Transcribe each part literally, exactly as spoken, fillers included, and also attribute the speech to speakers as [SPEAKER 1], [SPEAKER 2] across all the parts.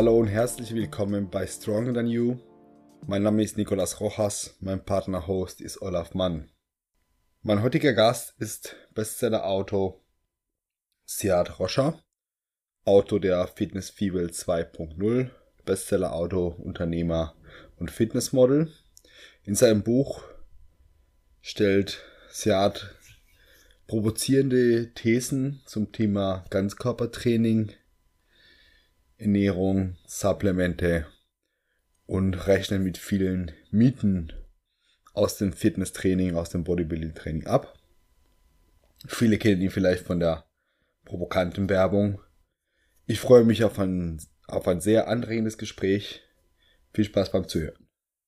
[SPEAKER 1] Hallo und herzlich willkommen bei Stronger Than You. Mein Name ist Nicolas Rojas, mein Partner-Host ist Olaf Mann. Mein heutiger Gast ist Bestseller-Autor Siad Roscher, Autor der Fitness-Fibel zwei Punkt null, Bestseller-Autor, Unternehmer und Fitnessmodel. In seinem Buch stellt Siad provozierende Thesen zum Thema Ganzkörpertraining, Ernährung, Supplemente und rechnen mit vielen Mythen aus dem Fitnesstraining, aus dem Bodybuilding-Training ab. Viele kennen ihn vielleicht von der provokanten Werbung. Ich freue mich auf ein, auf ein sehr anregendes Gespräch. Viel Spaß beim Zuhören.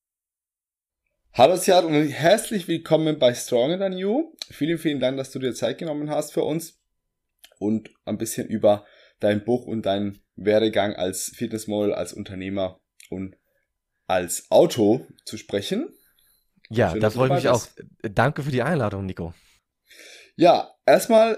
[SPEAKER 1] Hallo Siad und herzlich willkommen bei Stronger Than You. Vielen, vielen Dank, dass du dir Zeit genommen hast für uns und ein bisschen über dein Buch und deinen Werdegang als Fitnessmodel, als Unternehmer und als Autor zu sprechen.
[SPEAKER 2] Ja,
[SPEAKER 1] Schön,
[SPEAKER 2] da
[SPEAKER 1] dass du
[SPEAKER 2] freue ich
[SPEAKER 1] dabei
[SPEAKER 2] mich auch.
[SPEAKER 1] bist.
[SPEAKER 2] Danke für die Einladung, Nico.
[SPEAKER 1] Ja, erstmal,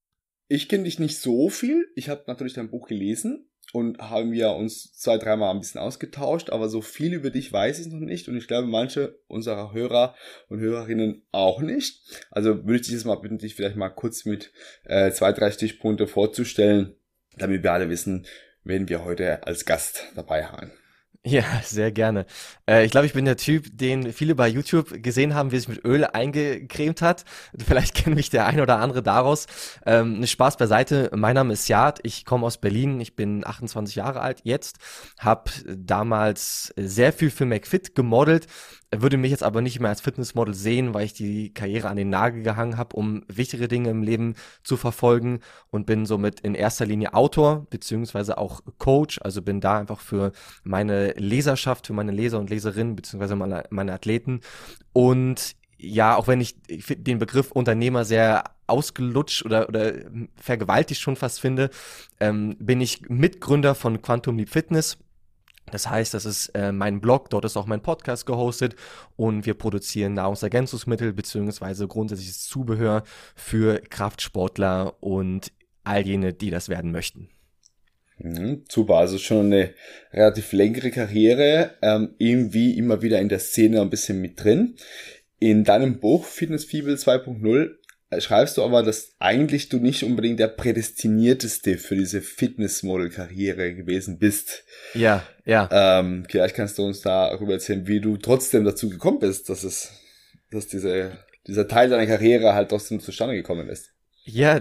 [SPEAKER 1] ich kenne dich nicht so viel. Ich habe natürlich dein Buch gelesen und haben wir uns zwei, dreimal ein bisschen ausgetauscht, aber so viel über dich weiß ich noch nicht und ich glaube, manche unserer Hörer und Hörerinnen auch nicht. Also würde ich dich jetzt mal bitten, dich vielleicht mal kurz mit äh, zwei, drei Stichpunkte vorzustellen, damit wir alle wissen, wen wir heute als Gast dabei haben.
[SPEAKER 2] Ja, sehr gerne. Äh, ich glaube, ich bin der Typ, den viele bei YouTube gesehen haben, wie er sich mit Öl eingecremt hat. Vielleicht kennt mich der ein oder andere daraus. Ähm, Spaß beiseite. Mein Name ist Siad. Ich komme aus Berlin. Ich bin achtundzwanzig Jahre alt jetzt. Hab damals sehr viel für McFit gemodelt. Würde mich jetzt aber nicht mehr als Fitnessmodel sehen, weil ich die Karriere an den Nagel gehangen habe, um wichtige Dinge im Leben zu verfolgen und bin somit in erster Linie Autor beziehungsweise auch Coach. Also bin da einfach für meine Leserschaft, für meine Leser und Leserinnen beziehungsweise meine, meine Athleten. Und ja, auch wenn ich, ich den Begriff Unternehmer sehr ausgelutscht oder, oder vergewaltigt schon fast finde, ähm, bin ich Mitgründer von Quantum Leap Fitness. Das heißt, das ist äh, mein Blog, dort ist auch mein Podcast gehostet und wir produzieren Nahrungsergänzungsmittel beziehungsweise grundsätzliches Zubehör für Kraftsportler und all jene, die das werden möchten.
[SPEAKER 1] Mhm, super, also schon eine relativ längere Karriere, ähm, irgendwie immer wieder in der Szene ein bisschen mit drin. In deinem Buch Fitness-Fibel zwei Punkt null schreibst du aber, dass eigentlich du nicht unbedingt der Prädestinierteste für diese Fitnessmodel-Karriere gewesen bist.
[SPEAKER 2] Ja, ja.
[SPEAKER 1] Ähm, vielleicht kannst du uns darüber erzählen, wie du trotzdem dazu gekommen bist, dass es, dass diese, dieser Teil deiner Karriere halt trotzdem zustande gekommen ist.
[SPEAKER 2] Ja,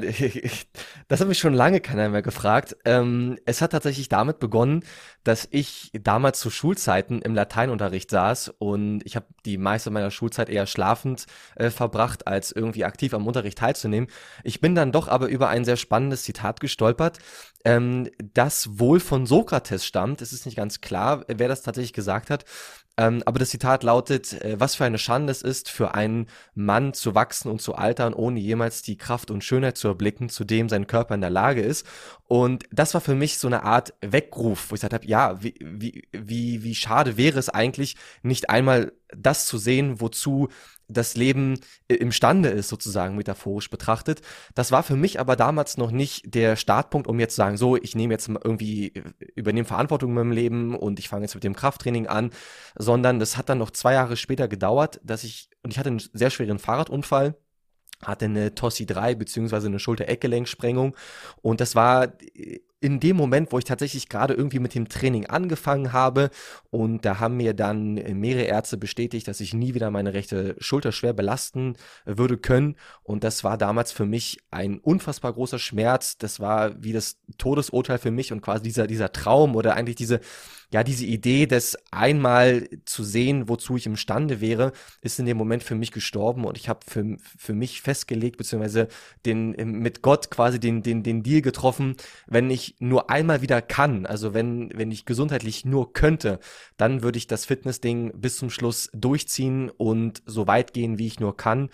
[SPEAKER 2] das hat mich schon lange keiner mehr gefragt. Ähm, es hat tatsächlich damit begonnen, dass ich damals zu Schulzeiten im Lateinunterricht saß und ich habe die meiste meiner Schulzeit eher schlafend äh, verbracht, als irgendwie aktiv am Unterricht teilzunehmen. Ich bin dann doch aber über ein sehr spannendes Zitat gestolpert, ähm, das wohl von Sokrates stammt. Es ist nicht ganz klar, wer das tatsächlich gesagt hat. Ähm, aber das Zitat lautet, äh, was für eine Schande es ist, für einen Mann zu wachsen und zu altern, ohne jemals die Kraft und Schönheit zu erblicken, zu dem sein Körper in der Lage ist. Und das war für mich so eine Art Weckruf, wo ich gesagt habe, ja, wie, wie, wie, wie schade wäre es eigentlich, nicht einmal das zu sehen, wozu das Leben imstande ist, sozusagen metaphorisch betrachtet. Das war für mich aber damals noch nicht der Startpunkt, um jetzt zu sagen, so, ich nehme jetzt mal irgendwie, übernehme Verantwortung in meinem Leben und ich fange jetzt mit dem Krafttraining an, sondern das hat dann noch zwei Jahre später gedauert, dass ich, und ich hatte einen sehr schweren Fahrradunfall, hatte eine Tossi drei beziehungsweise eine Schulter-Eckgelenksprengung und das war in dem Moment, wo ich tatsächlich gerade irgendwie mit dem Training angefangen habe und da haben mir dann mehrere Ärzte bestätigt, dass ich nie wieder meine rechte Schulter schwer belasten würde können und das war damals für mich ein unfassbar großer Schmerz, das war wie das Todesurteil für mich und quasi dieser, dieser Traum oder eigentlich diese ja, diese Idee, das einmal zu sehen, wozu ich imstande wäre, ist in dem Moment für mich gestorben und ich habe für, für mich festgelegt, beziehungsweise den, mit Gott quasi den, den, den Deal getroffen, wenn ich nur einmal wieder kann, also wenn, wenn ich gesundheitlich nur könnte, dann würde ich das Fitnessding bis zum Schluss durchziehen und so weit gehen, wie ich nur kann.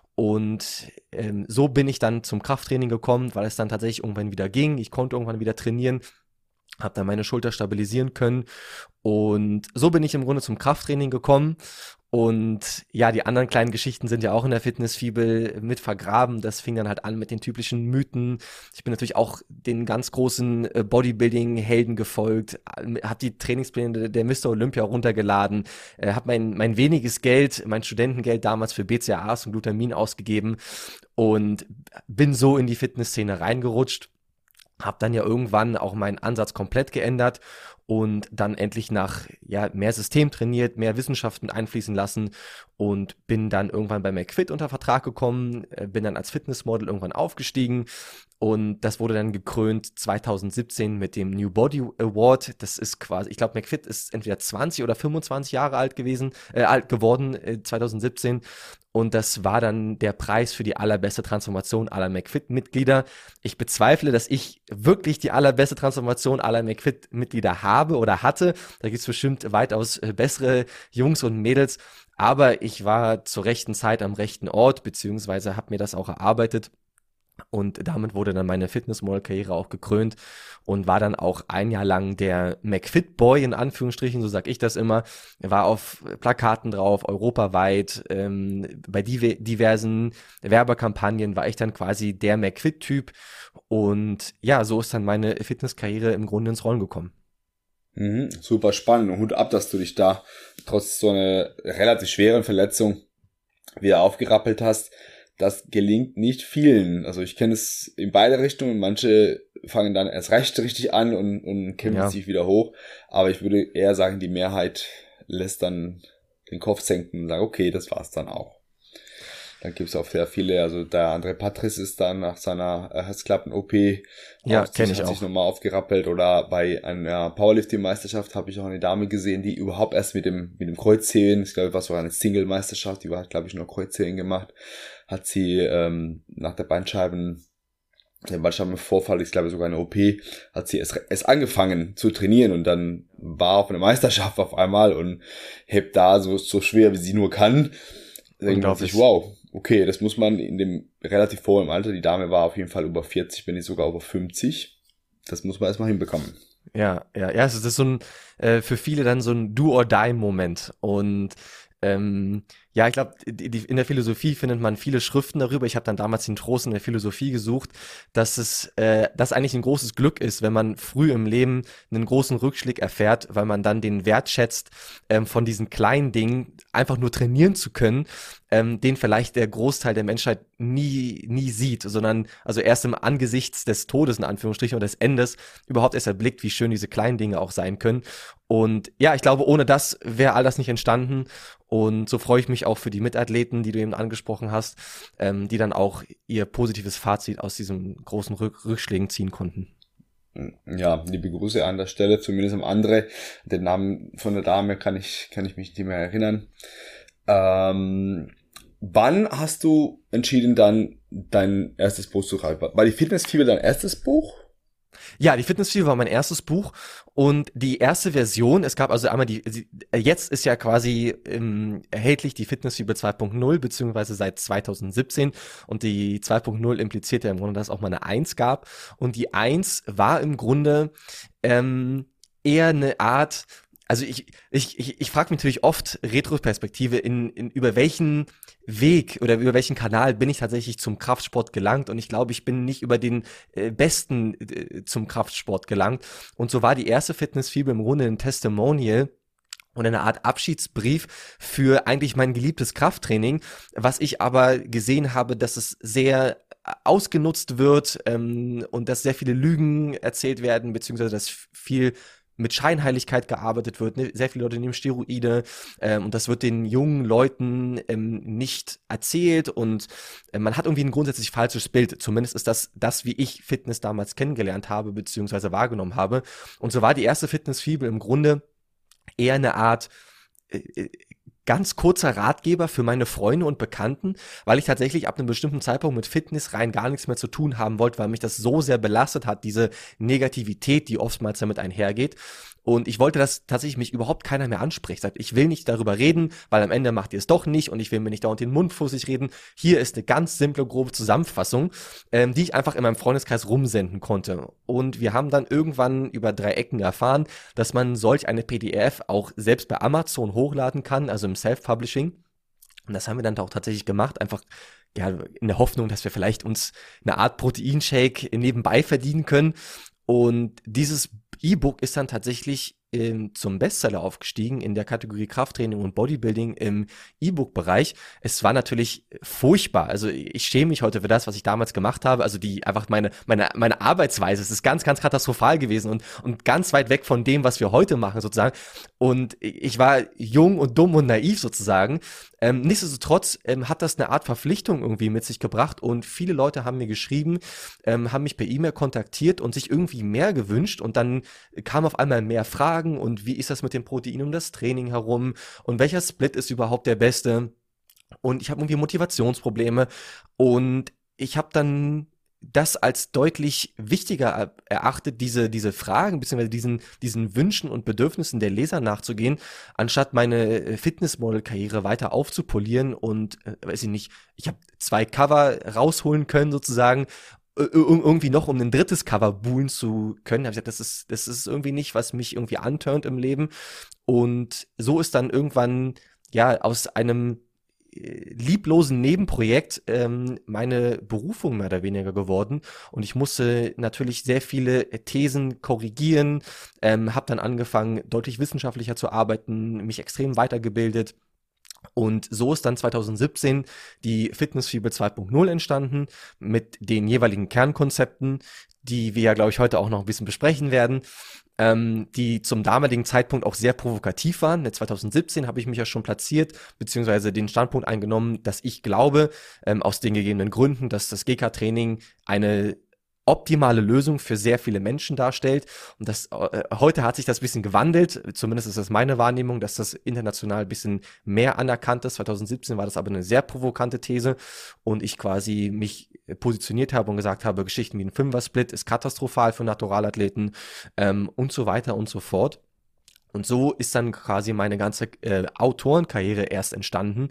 [SPEAKER 2] Und ähm, so bin ich dann zum Krafttraining gekommen, weil es dann tatsächlich irgendwann wieder ging. Ich konnte irgendwann wieder trainieren. Habe dann meine Schulter stabilisieren können und so bin ich im Grunde zum Krafttraining gekommen Und ja, die anderen kleinen Geschichten sind ja auch in der Fitnessfibel mit vergraben. Das fing dann halt an mit den typischen Mythen. Ich bin natürlich auch den ganz großen äh, Bodybuilding-Helden gefolgt, habe die Trainingspläne der Mister Olympia runtergeladen, äh, habe mein, mein weniges Geld, mein Studentengeld damals für B C A As und Glutamin ausgegeben und bin so in die Fitnessszene reingerutscht. Hab dann ja irgendwann auch meinen Ansatz komplett geändert und dann endlich nach ja mehr System trainiert, mehr Wissenschaften einfließen lassen und bin dann irgendwann bei McFit unter Vertrag gekommen, äh, bin dann als Fitnessmodel irgendwann aufgestiegen und das wurde dann gekrönt zwanzig siebzehn mit dem New Body Award. Das ist quasi, ich glaube, McFit ist entweder zwanzig oder fünfundzwanzig Jahre alt gewesen, äh, alt geworden äh, zwanzig siebzehn. Und das war dann der Preis für die allerbeste Transformation aller McFit-Mitglieder. Ich bezweifle, dass ich wirklich die allerbeste Transformation aller McFit-Mitglieder habe oder hatte. Da gibt es bestimmt weitaus bessere Jungs und Mädels. Aber ich war zur rechten Zeit am rechten Ort, beziehungsweise habe mir das auch erarbeitet. Und damit wurde dann meine Fitnessmodel-Karriere auch gekrönt und war dann auch ein Jahr lang der McFit-Boy, in Anführungsstrichen, so sag ich das immer. War auf Plakaten drauf, europaweit, ähm, bei div- diversen Werbekampagnen war ich dann quasi der McFit-Typ. Und ja, so ist dann meine Fitnesskarriere im Grunde ins Rollen gekommen.
[SPEAKER 1] Mhm, super spannend und Hut ab, dass du dich da trotz so einer relativ schweren Verletzung wieder aufgerappelt hast. Das gelingt nicht vielen. Also ich kenne es in beide Richtungen. Manche fangen dann erst recht richtig an und, und kämpfen
[SPEAKER 2] Ja.
[SPEAKER 1] sich wieder hoch. Aber ich würde eher sagen, die Mehrheit lässt dann den Kopf senken und sagt, okay, das war's dann auch. Dann gibt es auch sehr viele, also der André Patrice ist dann nach seiner Herzklappen-O P
[SPEAKER 2] Ja,
[SPEAKER 1] auch-
[SPEAKER 2] kenn ich
[SPEAKER 1] hat
[SPEAKER 2] auch.
[SPEAKER 1] sich nochmal aufgerappelt. Oder bei einer Powerlifting-Meisterschaft habe ich auch eine Dame gesehen, die überhaupt erst mit dem mit dem Kreuzheben, ich glaube, was war eine Single-Meisterschaft, die war, glaube ich, nur Kreuzheben gemacht, hat sie ähm, nach der Bandscheiben, der Bandscheibenvorfall, ich glaube sogar eine O P, hat sie erst, erst angefangen zu trainieren und dann war auf einer Meisterschaft auf einmal und hebt da so, so schwer, wie sie nur kann. Da denkt man sich,
[SPEAKER 2] Unglaublich.
[SPEAKER 1] wow, okay, das muss man in dem relativ hohen Alter, die Dame war auf jeden Fall über vierzig, wenn nicht sogar über fünfzig, das muss man erstmal hinbekommen.
[SPEAKER 2] Ja, ja, ja, es ist so ein, äh, für viele dann so ein Do-or-Die-Moment. Und ähm, ja, ich glaube, die, die, in der Philosophie findet man viele Schriften darüber. Ich habe dann damals den Trost in der Philosophie gesucht, dass es, äh, dass eigentlich ein großes Glück ist, wenn man früh im Leben einen großen Rückschlag erfährt, weil man dann den Wert schätzt, ähm, von diesen kleinen Dingen einfach nur trainieren zu können, ähm, den vielleicht der Großteil der Menschheit nie, nie sieht, sondern also erst im Angesichts des Todes in Anführungsstrichen oder des Endes überhaupt erst erblickt, wie schön diese kleinen Dinge auch sein können. Und ja, ich glaube, ohne das wäre all das nicht entstanden. Und so freue ich mich auch für die Mitathleten, die du eben angesprochen hast, ähm, die dann auch ihr positives Fazit aus diesen großen Rück- Rückschlägen ziehen konnten.
[SPEAKER 1] Ja, liebe Grüße an der Stelle, zumindest am andere. Den Namen von der Dame kann ich, kann ich mich nicht mehr erinnern. Ähm, wann hast du entschieden, dann dein erstes Buch zu schreiben? War die Fitnessfibel dein erstes Buch?
[SPEAKER 2] Ja, die Fitnessfibel war mein erstes Buch und die erste Version, es gab also einmal die, die jetzt ist ja quasi ähm, erhältlich die Fitnessfibel zwei Punkt null, beziehungsweise seit zwanzig siebzehn und die zwei Punkt null impliziert ja im Grunde, dass es auch mal eine eins gab und die eins war im Grunde ähm, eher eine Art, also ich, ich, ich, ich frage mich natürlich oft Retroperspektive, in, in über welchen Weg oder über welchen Kanal bin ich tatsächlich zum Kraftsport gelangt und ich glaube, ich bin nicht über den äh, besten äh, zum Kraftsport gelangt und so war die erste Fitnessfibel im Grunde ein Testimonial und eine Art Abschiedsbrief für eigentlich mein geliebtes Krafttraining, was ich aber gesehen habe, dass es sehr ausgenutzt wird ähm, und dass sehr viele Lügen erzählt werden, beziehungsweise dass viel mit Scheinheiligkeit gearbeitet wird. Ne? Sehr viele Leute nehmen Steroide ähm, und das wird den jungen Leuten ähm, nicht erzählt und äh, man hat irgendwie ein grundsätzlich falsches Bild. Zumindest ist das das, wie ich Fitness damals kennengelernt habe, beziehungsweise wahrgenommen habe. Und so war die erste Fitnessfibel im Grunde eher eine Art äh, ganz kurzer Ratgeber für meine Freunde und Bekannten, weil ich tatsächlich ab einem bestimmten Zeitpunkt mit Fitness rein gar nichts mehr zu tun haben wollte, weil mich das so sehr belastet hat, diese Negativität, die oftmals damit einhergeht. Und ich wollte, dass tatsächlich mich überhaupt keiner mehr anspricht. Sagt, ich will nicht darüber reden, weil am Ende macht ihr es doch nicht und ich will mir nicht dauernd den Mund fussig reden. Hier ist eine ganz simple, grobe Zusammenfassung, ähm, die ich einfach in meinem Freundeskreis rumsenden konnte. Und wir haben dann irgendwann über drei Ecken erfahren, dass man solch eine P D F auch selbst bei Amazon hochladen kann, also im Self-Publishing. Und das haben wir dann auch tatsächlich gemacht, einfach ja, in der Hoffnung, dass wir vielleicht uns eine Art Proteinshake nebenbei verdienen können. Und dieses E-Book ist dann tatsächlich ähm, zum Bestseller aufgestiegen in der Kategorie Krafttraining und Bodybuilding im E-Book-Bereich. Es war natürlich furchtbar. Also ich schäme mich heute für das, was ich damals gemacht habe. Also die einfach meine meine meine Arbeitsweise. Es ist ganz ganz katastrophal gewesen und und ganz weit weg von dem, was wir heute machen sozusagen. Und ich war jung und dumm und naiv sozusagen. Ähm, nichtsdestotrotz ähm, hat das eine Art Verpflichtung irgendwie mit sich gebracht und viele Leute haben mir geschrieben, ähm, haben mich per E-Mail kontaktiert und sich irgendwie mehr gewünscht und dann kamen auf einmal mehr Fragen und wie ist das mit dem Protein um das Training herum und welcher Split ist überhaupt der beste und ich habe irgendwie Motivationsprobleme und ich habe dann das als deutlich wichtiger erachtet, diese, diese Fragen bzw. diesen, diesen Wünschen und Bedürfnissen der Leser nachzugehen, anstatt meine Fitnessmodel-Karriere weiter aufzupolieren und, äh, weiß ich nicht, ich habe zwei Cover rausholen können sozusagen, irgendwie noch um ein drittes Cover buhlen zu können. Da habe ich gesagt, das ist, das ist irgendwie nicht, was mich irgendwie anturnt im Leben. Und so ist dann irgendwann, ja, aus einem lieblosen Nebenprojekt ähm, meine Berufung mehr oder weniger geworden und ich musste natürlich sehr viele Thesen korrigieren, ähm, habe dann angefangen deutlich wissenschaftlicher zu arbeiten, mich extrem weitergebildet und so ist dann zwanzig siebzehn die Fitnessfibel zwei Punkt null entstanden mit den jeweiligen Kernkonzepten, die wir ja glaube ich heute auch noch ein bisschen besprechen werden. Ähm, die zum damaligen Zeitpunkt auch sehr provokativ waren. zwanzig siebzehn habe ich mich ja schon platziert, beziehungsweise den Standpunkt eingenommen, dass ich glaube, ähm, aus den gegebenen Gründen, dass das G K-Training eine optimale Lösung für sehr viele Menschen darstellt. Und das äh, heute hat sich das ein bisschen gewandelt, zumindest ist das meine Wahrnehmung, dass das international ein bisschen mehr anerkannt ist. zwanzig siebzehn war das aber eine sehr provokante These und ich quasi mich positioniert habe und gesagt habe, Geschichten wie ein Fünfer-Split ist katastrophal für Naturalathleten ähm, und so weiter und so fort. Und so ist dann quasi meine ganze äh, Autorenkarriere erst entstanden.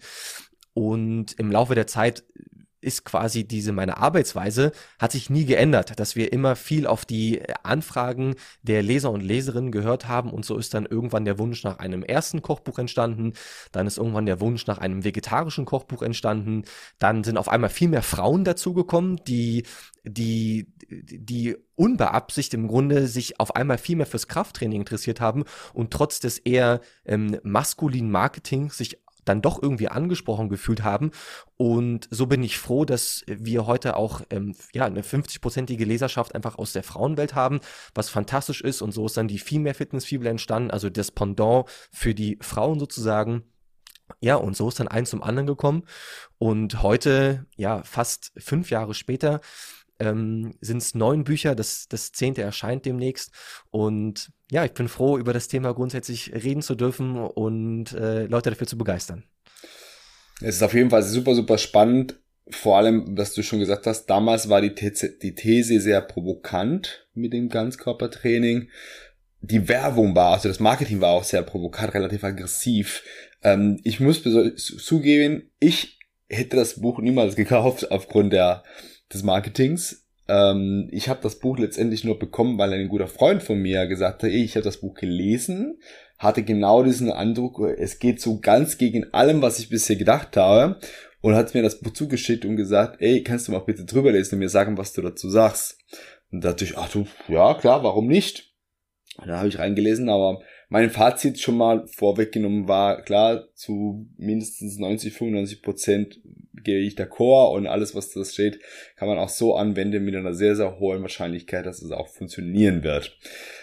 [SPEAKER 2] Und im Laufe der Zeit ist quasi diese, meine Arbeitsweise hat sich nie geändert, dass wir immer viel auf die Anfragen der Leser und Leserinnen gehört haben und so ist dann irgendwann der Wunsch nach einem ersten Kochbuch entstanden, dann ist irgendwann der Wunsch nach einem vegetarischen Kochbuch entstanden, dann sind auf einmal viel mehr Frauen dazugekommen, die die die unbeabsichtigt im Grunde sich auf einmal viel mehr fürs Krafttraining interessiert haben und trotz des eher ähm, maskulinen Marketings sich dann doch irgendwie angesprochen gefühlt haben und so bin ich froh, dass wir heute auch ähm, ja eine fünfzig-prozentige Leserschaft einfach aus der Frauenwelt haben, was fantastisch ist und so ist dann die Female Fitness Fibel entstanden, also das Pendant für die Frauen sozusagen. Ja, und so ist dann eins zum anderen gekommen und heute, ja, fast fünf Jahre später ähm, sind es neun Bücher, das, das zehnte erscheint demnächst und ja, ich bin froh, über das Thema grundsätzlich reden zu dürfen und äh, Leute dafür zu begeistern.
[SPEAKER 1] Es ist auf jeden Fall super, super spannend, vor allem, was du schon gesagt hast, damals war die These, die These sehr provokant mit dem Ganzkörpertraining. Die Werbung war, also das Marketing war auch sehr provokant, relativ aggressiv. Ähm, ich muss zugeben, ich hätte das Buch niemals gekauft aufgrund der des Marketings. Ähm, ich habe das Buch letztendlich nur bekommen, weil ein guter Freund von mir gesagt hat, ey, ich habe das Buch gelesen, hatte genau diesen Eindruck, es geht so ganz gegen allem, was ich bisher gedacht habe und hat mir das Buch zugeschickt und gesagt, ey, kannst du mal bitte drüber lesen und mir sagen, was du dazu sagst. Und da dachte ich, ach du, ja klar, warum nicht? Und dann habe ich reingelesen, aber mein Fazit schon mal vorweggenommen war, klar, zu mindestens neunzig, fünfundneunzig Prozent gehe ich d'accord und alles, was da steht, kann man auch so anwenden mit einer sehr, sehr hohen Wahrscheinlichkeit, dass es auch funktionieren wird.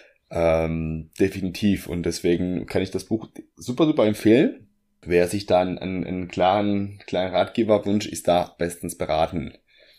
[SPEAKER 1] Ähm, definitiv. Und deswegen kann ich das Buch super, super empfehlen. Wer sich da einen, einen, einen klaren, klaren Ratgeber wünscht, ist da bestens beraten.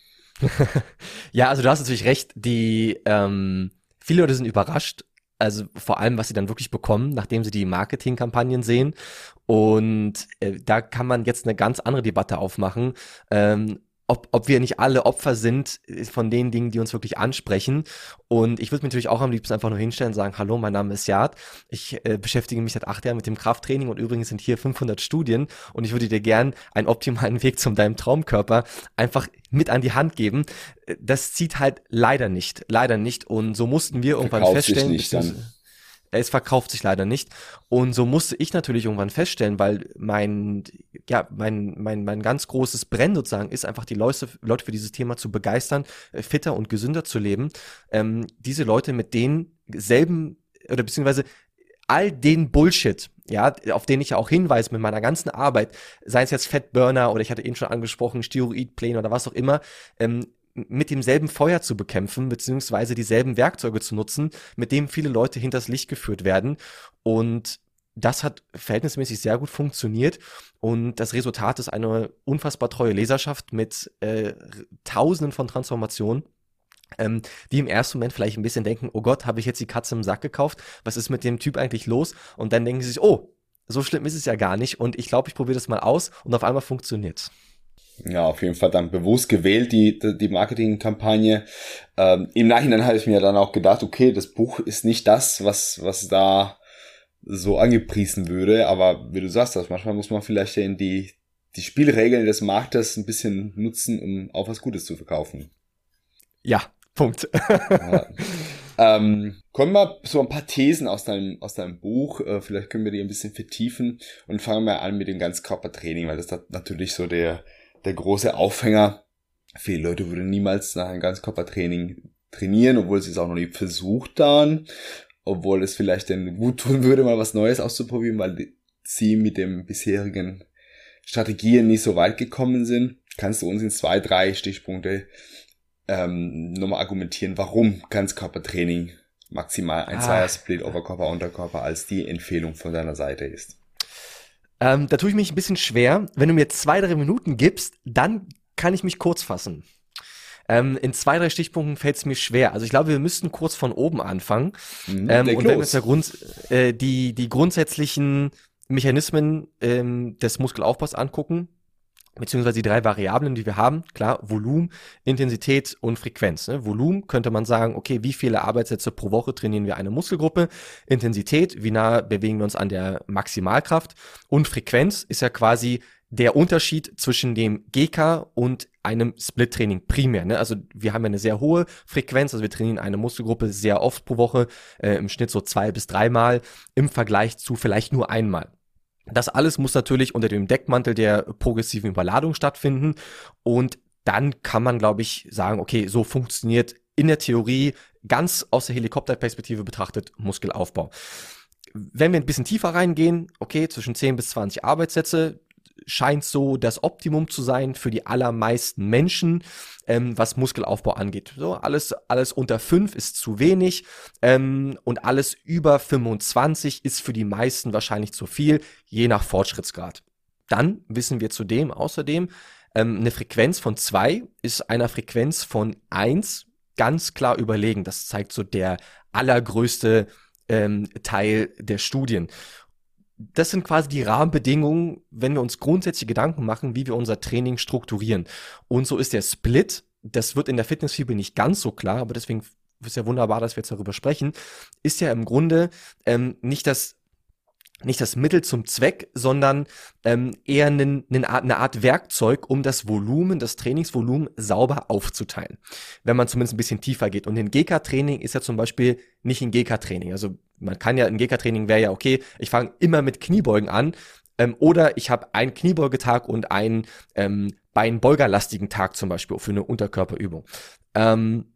[SPEAKER 2] Ja, also du hast natürlich recht, die ähm, viele Leute sind überrascht, also vor allem, was sie dann wirklich bekommen, nachdem sie die Marketingkampagnen sehen. Und äh, da kann man jetzt eine ganz andere Debatte aufmachen, ähm, ob, ob wir nicht alle Opfer sind von den Dingen, die uns wirklich ansprechen. Und ich würde mich natürlich auch am liebsten einfach nur hinstellen und sagen, hallo, mein Name ist Jad. Ich äh, beschäftige mich seit acht Jahren mit dem Krafttraining und übrigens sind hier fünfhundert Studien und ich würde dir gern einen optimalen Weg zu deinem Traumkörper einfach mit an die Hand geben. Das zieht halt leider nicht, leider nicht. Und so mussten wir irgendwann
[SPEAKER 1] Verkaufst
[SPEAKER 2] feststellen,
[SPEAKER 1] dich nicht dann.
[SPEAKER 2] es verkauft sich leider nicht. Und so musste ich natürlich irgendwann feststellen, weil mein, ja, mein, mein, mein ganz großes Brennen sozusagen ist einfach die Leute, Leute für dieses Thema zu begeistern, äh, fitter und gesünder zu leben. Ähm, diese Leute mit denselben, oder beziehungsweise all den Bullshit, ja, auf den ich ja auch hinweise mit meiner ganzen Arbeit, sei es jetzt Fettburner oder ich hatte eben schon angesprochen, Steroidpläne oder was auch immer, ähm, mit demselben Feuer zu bekämpfen, beziehungsweise dieselben Werkzeuge zu nutzen, mit dem viele Leute hinters Licht geführt werden. Und das hat verhältnismäßig sehr gut funktioniert. Und das Resultat ist eine unfassbar treue Leserschaft mit äh, Tausenden von Transformationen. Ähm, die im ersten Moment vielleicht ein bisschen denken, oh Gott, habe ich jetzt die Katze im Sack gekauft? Was ist mit dem Typ eigentlich los? Und dann denken sie sich, oh, so schlimm ist es ja gar nicht. Und ich glaube, ich probiere das mal aus und auf einmal funktioniert.
[SPEAKER 1] Ja, auf jeden Fall dann bewusst gewählt, die, die Marketingkampagne. Ähm, im Nachhinein habe ich mir dann auch gedacht, okay, das Buch ist nicht das, was, was da so angepriesen würde, aber wie du sagst, das manchmal muss man vielleicht in die, die Spielregeln des Marktes ein bisschen nutzen, um auch was Gutes zu verkaufen.
[SPEAKER 2] Ja, Punkt.
[SPEAKER 1] Ja. Ähm, kommen wir so ein paar Thesen aus deinem, aus deinem Buch, äh, vielleicht können wir die ein bisschen vertiefen und fangen wir an mit dem Ganzkörpertraining, weil das ist natürlich so der der große Aufhänger. Viele Leute würden niemals nach einem Ganzkörpertraining trainieren, obwohl sie es auch noch nie versucht haben, obwohl es vielleicht dann gut tun würde, mal was Neues auszuprobieren, weil sie mit den bisherigen Strategien nicht so weit gekommen sind. Kannst du uns in zwei, drei Stichpunkte ähm, nochmal argumentieren, warum Ganzkörpertraining maximal ein, zweier Split, Oberkörper, Unterkörper als die Empfehlung von deiner Seite ist?
[SPEAKER 2] Ähm, da tue ich mich ein bisschen schwer. Wenn du mir zwei, drei Minuten gibst, dann kann ich mich kurz fassen. Ähm, in zwei, drei Stichpunkten fällt es mir schwer. Also ich glaube, wir müssten kurz von oben anfangen.
[SPEAKER 1] Mhm,
[SPEAKER 2] ähm, und wenn wir
[SPEAKER 1] los.
[SPEAKER 2] uns ja Grund, äh, die, die grundsätzlichen Mechanismen ähm, des Muskelaufbaus angucken, beziehungsweise die drei Variablen, die wir haben, klar, Volumen, Intensität und Frequenz. Ne? Volumen könnte man sagen, okay, wie viele Arbeitssätze pro Woche trainieren wir eine Muskelgruppe? Intensität, wie nah bewegen wir uns an der Maximalkraft? Und Frequenz ist ja quasi der Unterschied zwischen dem G K und einem Split-Training primär. Ne? Also wir haben ja eine sehr hohe Frequenz, also wir trainieren eine Muskelgruppe sehr oft pro Woche, äh, im Schnitt so zwei bis dreimal, im Vergleich zu vielleicht nur einmal. Das alles muss natürlich unter dem Deckmantel der progressiven Überladung stattfinden und dann kann man, glaube ich, sagen, okay, so funktioniert in der Theorie ganz aus der Helikopterperspektive betrachtet Muskelaufbau. Wenn wir ein bisschen tiefer reingehen, okay, zwischen zehn bis zwanzig Arbeitssätze scheint so das Optimum zu sein für die allermeisten Menschen, ähm, was Muskelaufbau angeht. So, alles, alles unter fünf ist zu wenig ähm, und alles über fünfundzwanzig ist für die meisten wahrscheinlich zu viel, je nach Fortschrittsgrad. Dann wissen wir zudem außerdem, ähm, eine Frequenz von zwei ist einer Frequenz von eins ganz klar überlegen. Das zeigt so der allergrößte ähm, Teil der Studien. Das sind quasi die Rahmenbedingungen, wenn wir uns grundsätzlich Gedanken machen, wie wir unser Training strukturieren. Und so ist der Split, das wird in der Fitnessfibel nicht ganz so klar, aber deswegen ist es ja wunderbar, dass wir jetzt darüber sprechen, ist ja im Grunde ähm, nicht das nicht das Mittel zum Zweck, sondern ähm, eher eine, eine, Art, eine Art Werkzeug, um das Volumen, das Trainingsvolumen sauber aufzuteilen. Wenn man zumindest ein bisschen tiefer geht. Und ein G K-Training ist ja zum Beispiel nicht ein G K-Training. Also man kann ja, ein G K-Training wäre ja, okay, ich fange immer mit Kniebeugen an ähm, oder ich habe einen Kniebeugetag und einen ähm, beinbeugerlastigen Tag zum Beispiel für eine Unterkörperübung. Ähm,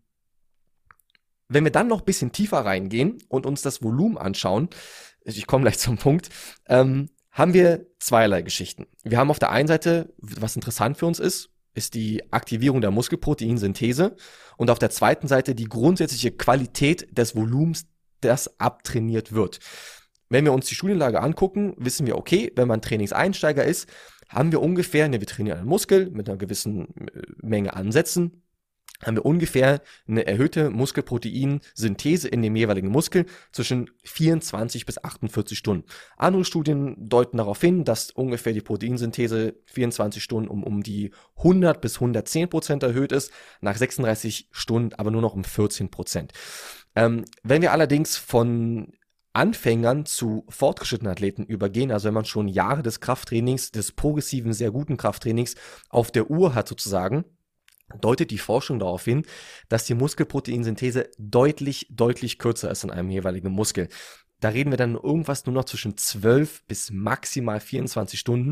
[SPEAKER 2] wenn wir dann noch ein bisschen tiefer reingehen und uns das Volumen anschauen, ich komme gleich zum Punkt, ähm, haben wir zweierlei Geschichten. Wir haben auf der einen Seite, was interessant für uns ist, ist die Aktivierung der Muskelproteinsynthese und auf der zweiten Seite die grundsätzliche Qualität des Volumens, das abtrainiert wird. Wenn wir uns die Studienlage angucken, wissen wir, okay, wenn man Trainingseinsteiger ist, haben wir ungefähr, ne, wir trainieren einen Muskel mit einer gewissen Menge an Sätzen, haben wir ungefähr eine erhöhte Muskelproteinsynthese in dem jeweiligen Muskel zwischen vierundzwanzig bis achtundvierzig Stunden. Andere Studien deuten darauf hin, dass ungefähr die Proteinsynthese vierundzwanzig Stunden um, um die hundert bis hundertzehn Prozent erhöht ist, nach sechsunddreißig Stunden aber nur noch um vierzehn Prozent. Ähm, wenn wir allerdings von Anfängern zu fortgeschrittenen Athleten übergehen, also wenn man schon Jahre des Krafttrainings, des progressiven, sehr guten Krafttrainings auf der Uhr hat sozusagen, deutet die Forschung darauf hin, dass die Muskelproteinsynthese deutlich, deutlich kürzer ist in einem jeweiligen Muskel. da reden wir dann irgendwas nur noch zwischen zwölf bis maximal vierundzwanzig Stunden,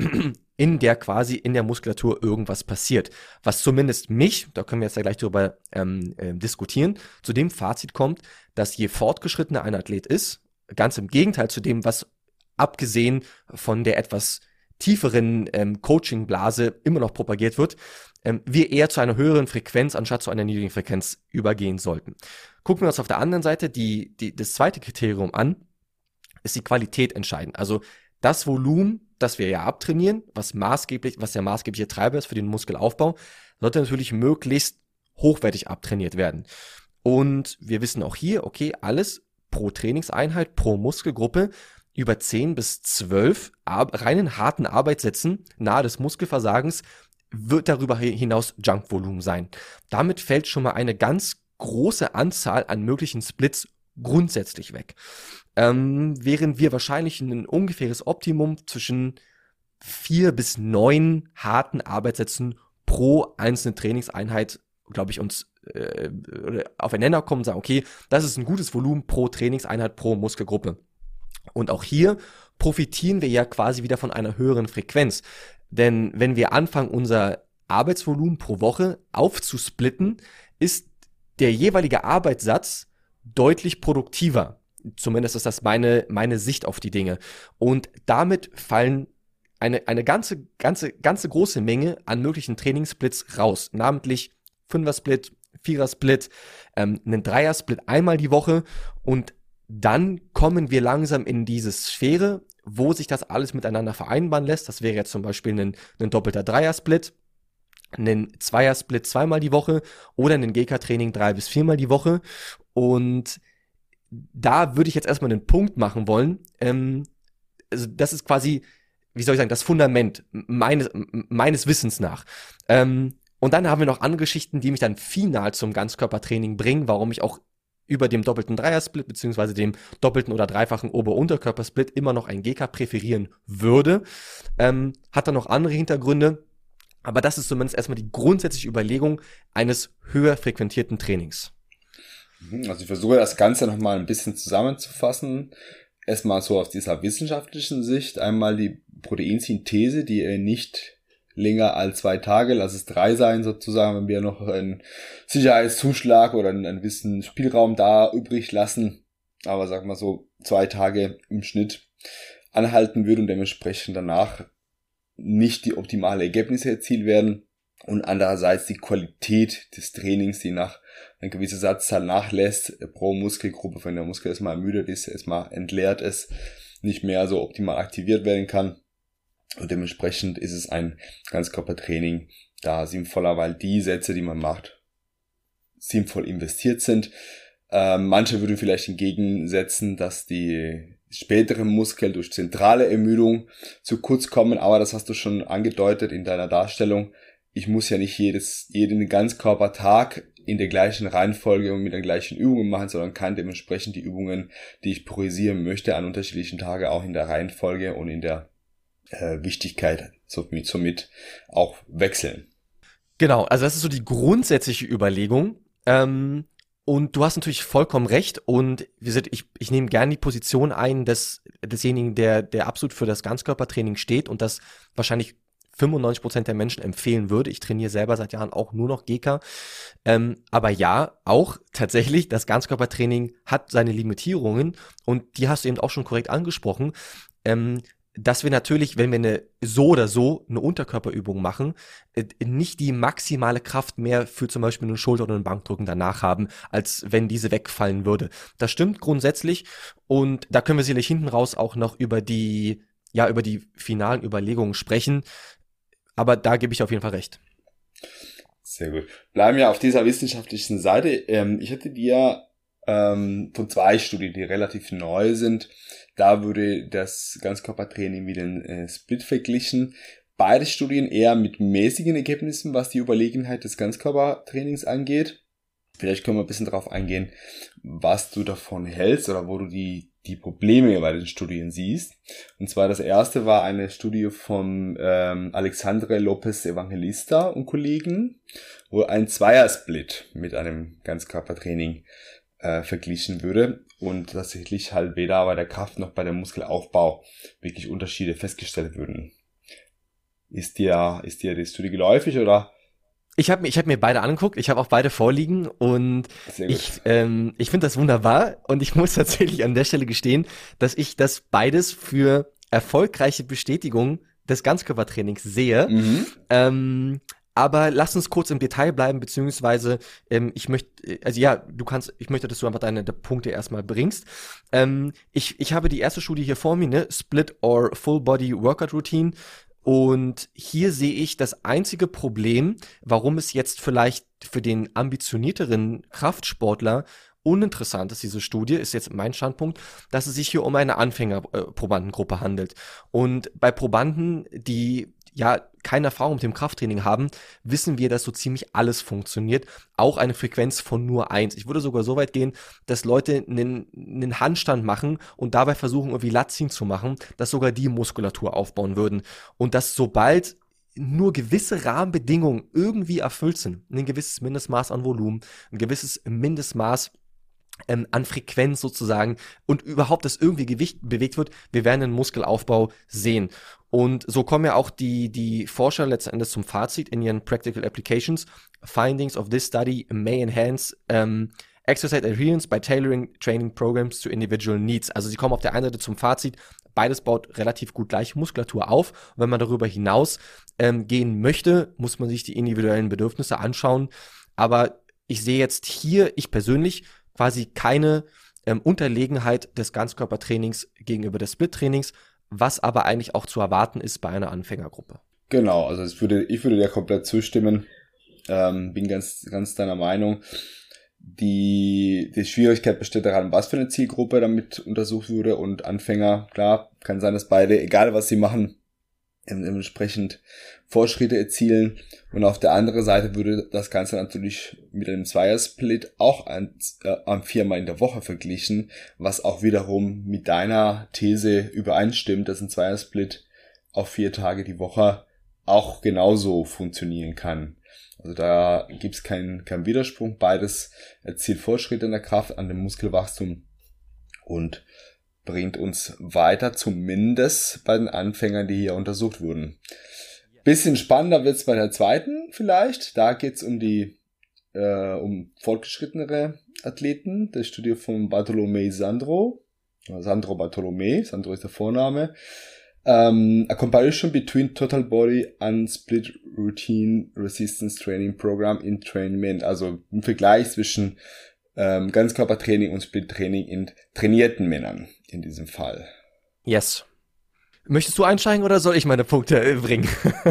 [SPEAKER 2] in der quasi in der Muskulatur irgendwas passiert. Was zumindest mich, da können wir jetzt ja gleich drüber ähm, äh, diskutieren, zu dem Fazit kommt, dass je fortgeschrittener ein Athlet ist, ganz im Gegenteil zu dem, was abgesehen von der etwas tieferen ähm, Coaching-Blase immer noch propagiert wird, ähm, wir eher zu einer höheren Frequenz anstatt zu einer niedrigen Frequenz übergehen sollten. Gucken wir uns auf der anderen Seite die, die, das zweite Kriterium an, ist die Qualität entscheidend. Also das Volumen, das wir ja abtrainieren, was maßgeblich, was der maßgebliche Treiber ist für den Muskelaufbau, sollte natürlich möglichst hochwertig abtrainiert werden. Und wir wissen auch hier, okay, alles pro Trainingseinheit, pro Muskelgruppe über zehn bis zwölf reinen harten Arbeitssätzen nahe des Muskelversagens wird darüber hinaus Junkvolumen sein. Damit fällt schon mal eine ganz große Anzahl an möglichen Splits grundsätzlich weg. Ähm, während wir wahrscheinlich ein ungefähres Optimum zwischen vier bis neun harten Arbeitssätzen pro einzelne Trainingseinheit, glaube ich, uns äh, aufeinander kommen und sagen, okay, das ist ein gutes Volumen pro Trainingseinheit, pro Muskelgruppe. Und auch hier profitieren wir ja quasi wieder von einer höheren Frequenz. Denn wenn wir anfangen, unser Arbeitsvolumen pro Woche aufzusplitten, ist der jeweilige Arbeitssatz deutlich produktiver. Zumindest ist das meine, meine Sicht auf die Dinge. Und damit fallen eine, eine ganze, ganze, ganze große Menge an möglichen Trainingssplits raus. Namentlich Fünfer-Split, Vierer-Split, ähm, einen Dreier-Split einmal die Woche. Und dann kommen wir langsam in diese Sphäre, wo sich das alles miteinander vereinbaren lässt. Das wäre jetzt zum Beispiel ein, ein doppelter Dreier-Split, einen Zweier-Split zweimal die Woche oder ein G K-Training drei bis viermal die Woche. Und da würde ich jetzt erstmal einen Punkt machen wollen. Ähm, also das ist quasi, wie soll ich sagen, das Fundament meines, meines Wissens nach. Ähm, und dann haben wir noch andere Geschichten, die mich dann final zum Ganzkörpertraining bringen, warum ich auch über dem doppelten Dreier-Split beziehungsweise dem doppelten oder dreifachen Ober-Unterkörper-Split immer noch ein G K präferieren würde. Ähm, hat dann noch andere Hintergründe, aber das ist zumindest erstmal die grundsätzliche Überlegung eines höher frequentierten Trainings.
[SPEAKER 1] Also ich versuche das Ganze nochmal ein bisschen zusammenzufassen. Erstmal so aus dieser wissenschaftlichen Sicht. Einmal die Proteinsynthese, die nicht länger als zwei Tage, lass es drei sein sozusagen, wenn wir noch einen Sicherheitszuschlag oder einen, einen gewissen Spielraum da übrig lassen. Aber sagen wir so, zwei Tage im Schnitt anhalten würde und dementsprechend danach nicht die optimalen Ergebnisse erzielt werden. Und andererseits die Qualität des Trainings, die nach einer gewissen Satzzahl nachlässt, pro Muskelgruppe, wenn der Muskel erstmal ermüdet ist, erstmal entleert ist, nicht mehr so optimal aktiviert werden kann. Und dementsprechend ist es ein Ganzkörpertraining da sinnvoller, weil die Sätze, die man macht, sinnvoll investiert sind. Ähm, manche würden vielleicht entgegensetzen, dass die späteren Muskeln durch zentrale Ermüdung zu kurz kommen, aber das hast du schon angedeutet in deiner Darstellung. Ich muss ja nicht jedes, jeden Ganzkörpertag in der gleichen Reihenfolge und mit den gleichen Übungen machen, sondern kann dementsprechend die Übungen, die ich priorisieren möchte, an unterschiedlichen Tagen auch in der Reihenfolge und in der äh, Wichtigkeit somit, somit auch wechseln.
[SPEAKER 2] Genau, also das ist so die grundsätzliche Überlegung. Ähm, und du hast natürlich vollkommen recht. Und wie gesagt, ich, ich nehme gerne die Position ein des, desjenigen, der, der absolut für das Ganzkörpertraining steht und das wahrscheinlich fünfundneunzig Prozent der Menschen empfehlen würde. Ich trainiere selber seit Jahren auch nur noch G K. Ähm, aber ja, auch tatsächlich, das Ganzkörpertraining hat seine Limitierungen und die hast du eben auch schon korrekt angesprochen, ähm, dass wir natürlich, wenn wir eine so oder so eine Unterkörperübung machen, äh, nicht die maximale Kraft mehr für zum Beispiel einen Schulter- oder einen Bankdrücken danach haben, als wenn diese wegfallen würde. Das stimmt grundsätzlich und da können wir sicherlich hinten raus auch noch über die, ja, über die finalen Überlegungen sprechen. Aber da gebe ich auf jeden Fall recht.
[SPEAKER 1] Sehr gut. Bleiben wir auf dieser wissenschaftlichen Seite. Ähm, ich hätte dir ähm, von zwei Studien, die relativ neu sind, da würde das Ganzkörpertraining mit dem äh, Split verglichen. Beide Studien eher mit mäßigen Ergebnissen, was die Überlegenheit des Ganzkörpertrainings angeht. Vielleicht können wir ein bisschen darauf eingehen, was du davon hältst oder wo du die die Probleme bei den Studien siehst. Und zwar das erste war eine Studie von ähm, Alexandre Lopez Evangelista und Kollegen, wo ein Zweiersplit mit einem Ganzkörpertraining äh, verglichen würde und tatsächlich halt weder bei der Kraft noch bei dem Muskelaufbau wirklich Unterschiede festgestellt würden. Ist dir, ist dir die Studie geläufig oder?
[SPEAKER 2] Ich habe mir, ich hab mir beide angeguckt, ich habe auch beide vorliegen und ich, ähm, ich finde das wunderbar und ich muss tatsächlich an der Stelle gestehen, dass ich das beides für erfolgreiche Bestätigung des Ganzkörpertrainings sehe.
[SPEAKER 1] Mhm.
[SPEAKER 2] Ähm, aber lass uns kurz im Detail bleiben, beziehungsweise ähm, ich möchte, also ja, du kannst, ich möchte, dass du einfach deine Punkte erstmal bringst. Ähm, ich, ich habe die erste Studie hier vor mir, ne? Split or Full Body Workout Routine. Und hier sehe ich das einzige Problem, warum es jetzt vielleicht für den ambitionierteren Kraftsportler uninteressant ist, diese Studie, ist jetzt mein Standpunkt, dass es sich hier um eine Anfängerprobandengruppe handelt. Und bei Probanden, die ja keine Erfahrung mit dem Krafttraining haben, wissen wir, dass so ziemlich alles funktioniert. Auch eine Frequenz von nur eins. Ich würde sogar so weit gehen, dass Leute einen, einen Handstand machen und dabei versuchen, irgendwie Latziehen zu machen, dass sogar die Muskulatur aufbauen würden. Und dass sobald nur gewisse Rahmenbedingungen irgendwie erfüllt sind, ein gewisses Mindestmaß an Volumen, ein gewisses Mindestmaß Ähm, an Frequenz sozusagen und überhaupt, dass irgendwie Gewicht bewegt wird, wir werden einen Muskelaufbau sehen. Und so kommen ja auch die, die Forscher letzten Endes zum Fazit in ihren Practical Applications. Findings of this study may enhance um, exercise adherence by tailoring training programs to individual needs. Also sie kommen auf der einen Seite zum Fazit, beides baut relativ gut gleiche Muskulatur auf. Und wenn man darüber hinaus ähm, gehen möchte, muss man sich die individuellen Bedürfnisse anschauen. Aber ich sehe jetzt hier, ich persönlich, quasi keine ähm, Unterlegenheit des Ganzkörpertrainings gegenüber des Split-Trainings, was aber eigentlich auch zu erwarten ist bei einer Anfängergruppe.
[SPEAKER 1] Genau, also ich würde, ich würde dir komplett zustimmen, ähm, bin ganz, ganz deiner Meinung. Die, die Schwierigkeit besteht daran, was für eine Zielgruppe damit untersucht wurde und Anfänger, klar, kann sein, dass beide, egal was sie machen, entsprechend Fortschritte erzielen und auf der anderen Seite würde das Ganze natürlich mit einem Zweiersplit auch an, äh, am viermal in der Woche verglichen, was auch wiederum mit deiner These übereinstimmt, dass ein Zweiersplit auf vier Tage die Woche auch genauso funktionieren kann. Also da gibt's keinen keinen Widerspruch, beides erzielt Fortschritte in der Kraft, an dem Muskelwachstum und bringt uns weiter, zumindest bei den Anfängern, die hier untersucht wurden. Bisschen spannender wird's bei der zweiten vielleicht. Da geht's um die äh, um fortgeschrittenere Athleten. Das Studie von Bartolomé Sandro. Sandro Bartolomé. Sandro ist der Vorname. Um, a comparison between Total Body and Split Routine Resistance Training Program in Trainment. Also ein Vergleich zwischen ähm, Ganzkörpertraining und Split-Training in trainierten Männern in diesem Fall.
[SPEAKER 2] Yes. Möchtest du einsteigen oder soll ich meine Punkte äh, bringen?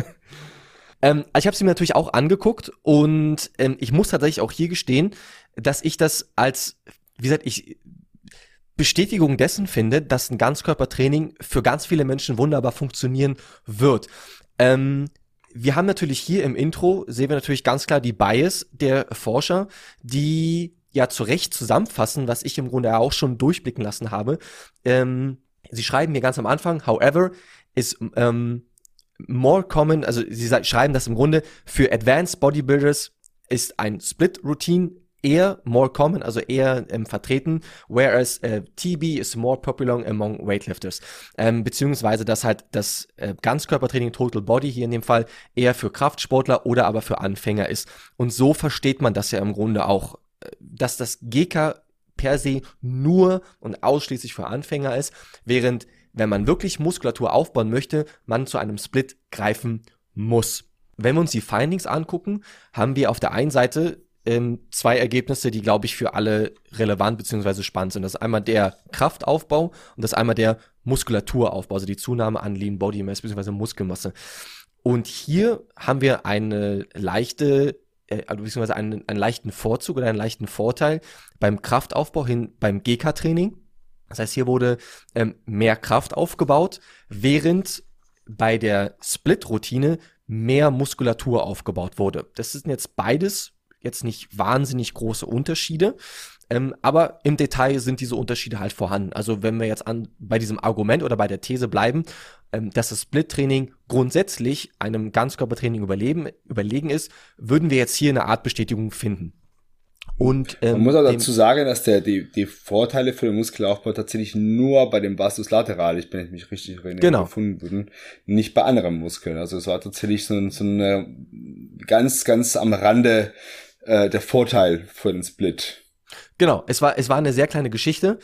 [SPEAKER 2] ähm, ich habe sie mir natürlich auch angeguckt und ähm, ich muss tatsächlich auch hier gestehen, dass ich das als, wie gesagt, ich Bestätigung dessen finde, dass ein Ganzkörpertraining für ganz viele Menschen wunderbar funktionieren wird. Ähm, wir haben natürlich hier im Intro, sehen wir natürlich ganz klar die Bias der Forscher, die ja zu Recht zusammenfassen, was ich im Grunde auch schon durchblicken lassen habe. Ähm, sie schreiben mir ganz am Anfang, however, is ähm, more common, also sie schreiben das im Grunde, für Advanced Bodybuilders ist ein Split-Routine eher more common, also eher ähm, vertreten, whereas äh, T B is more popular among weightlifters. Ähm, beziehungsweise, dass halt das äh, Ganzkörpertraining, Total Body hier in dem Fall, eher für Kraftsportler oder aber für Anfänger ist. Und so versteht man das ja im Grunde auch, dass das G K per se nur und ausschließlich für Anfänger ist, während, wenn man wirklich Muskulatur aufbauen möchte, man zu einem Split greifen muss. Wenn wir uns die Findings angucken, haben wir auf der einen Seite ähm, zwei Ergebnisse, die, glaube ich, für alle relevant bzw. spannend sind. Das ist einmal der Kraftaufbau und das ist einmal der Muskulaturaufbau, also die Zunahme an Lean Body Mass bzw. Muskelmasse. Und hier haben wir eine leichte also beziehungsweise einen, einen leichten Vorzug oder einen leichten Vorteil beim Kraftaufbau hin beim G K-Training. Das heißt, hier wurde ähm, mehr Kraft aufgebaut, während bei der Split-Routine mehr Muskulatur aufgebaut wurde. Das sind jetzt beides jetzt nicht wahnsinnig große Unterschiede, ähm, aber im Detail sind diese Unterschiede halt vorhanden. Also wenn wir jetzt an bei diesem Argument oder bei der These bleiben, ähm, dass das Split-Training grundsätzlich einem Ganzkörpertraining überleben, überlegen ist, würden wir jetzt hier eine Art Bestätigung finden. Und, ähm,
[SPEAKER 1] man muss auch dazu sagen, dass der, die, die Vorteile für den Muskelaufbau tatsächlich nur bei dem Vastus lateralis, ich bin ich mich richtig erinnere,
[SPEAKER 2] genau.
[SPEAKER 1] gefunden wurden, nicht bei anderen Muskeln. Also es war tatsächlich so, so eine ganz, ganz am Rande äh, der Vorteil für den Split.
[SPEAKER 2] Genau, es war, es war eine sehr kleine Geschichte.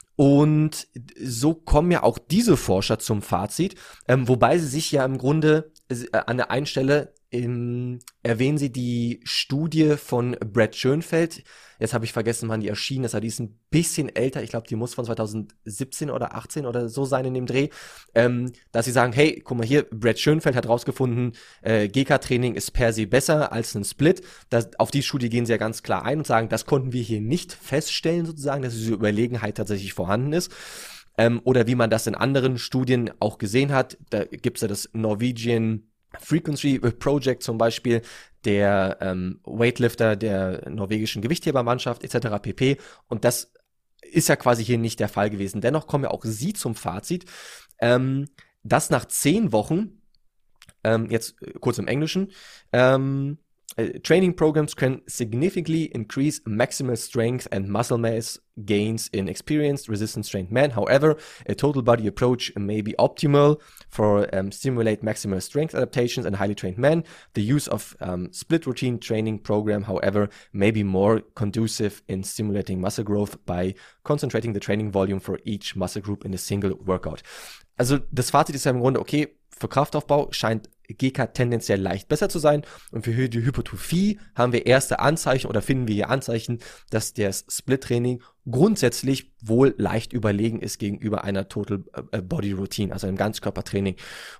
[SPEAKER 2] Und so kommen ja auch diese Forscher zum Fazit, ähm, wobei sie sich ja im Grunde äh, an der einen Stelle ähm, erwähnen sie die Studie von Brad Schoenfeld. Jetzt habe ich vergessen, wann die erschienen ist, aber die ist ein bisschen älter. Ich glaube, die muss von zwanzig siebzehn oder achtzehn oder so sein in dem Dreh. Ähm, dass sie sagen, hey, guck mal hier, Brad Schoenfeld hat rausgefunden, äh, G K-Training ist per se besser als ein Split. Das, auf die Studie gehen sie ja ganz klar ein und sagen, das konnten wir hier nicht feststellen sozusagen, dass diese Überlegenheit tatsächlich vorhanden ist. Ähm, oder wie man das in anderen Studien auch gesehen hat, da gibt es ja das Norwegian Frequency Project zum Beispiel, der ähm, Weightlifter der norwegischen Gewichthebermannschaft et cetera pp. Und das ist ja quasi hier nicht der Fall gewesen. Dennoch kommen ja auch sie zum Fazit, ähm, dass nach zehn Wochen, ähm, jetzt kurz im Englischen, ähm, Uh, training programs can significantly increase maximal strength and muscle mass gains in experienced resistance trained men. However, a total body approach may be optimal for um, stimulate maximal strength adaptations in highly trained men. The use of um, split routine training program, however, may be more conducive in stimulating muscle growth by concentrating the training volume for each muscle group in a single workout. Also das Fazit ist ja im Grunde, okay, für Kraftaufbau scheint G K tendenziell leicht besser zu sein und für die Hypertrophie haben wir erste Anzeichen oder finden wir hier Anzeichen, dass das Split-Training grundsätzlich wohl leicht überlegen ist gegenüber einer Total Body Routine, also einem Ganzkörpertraining.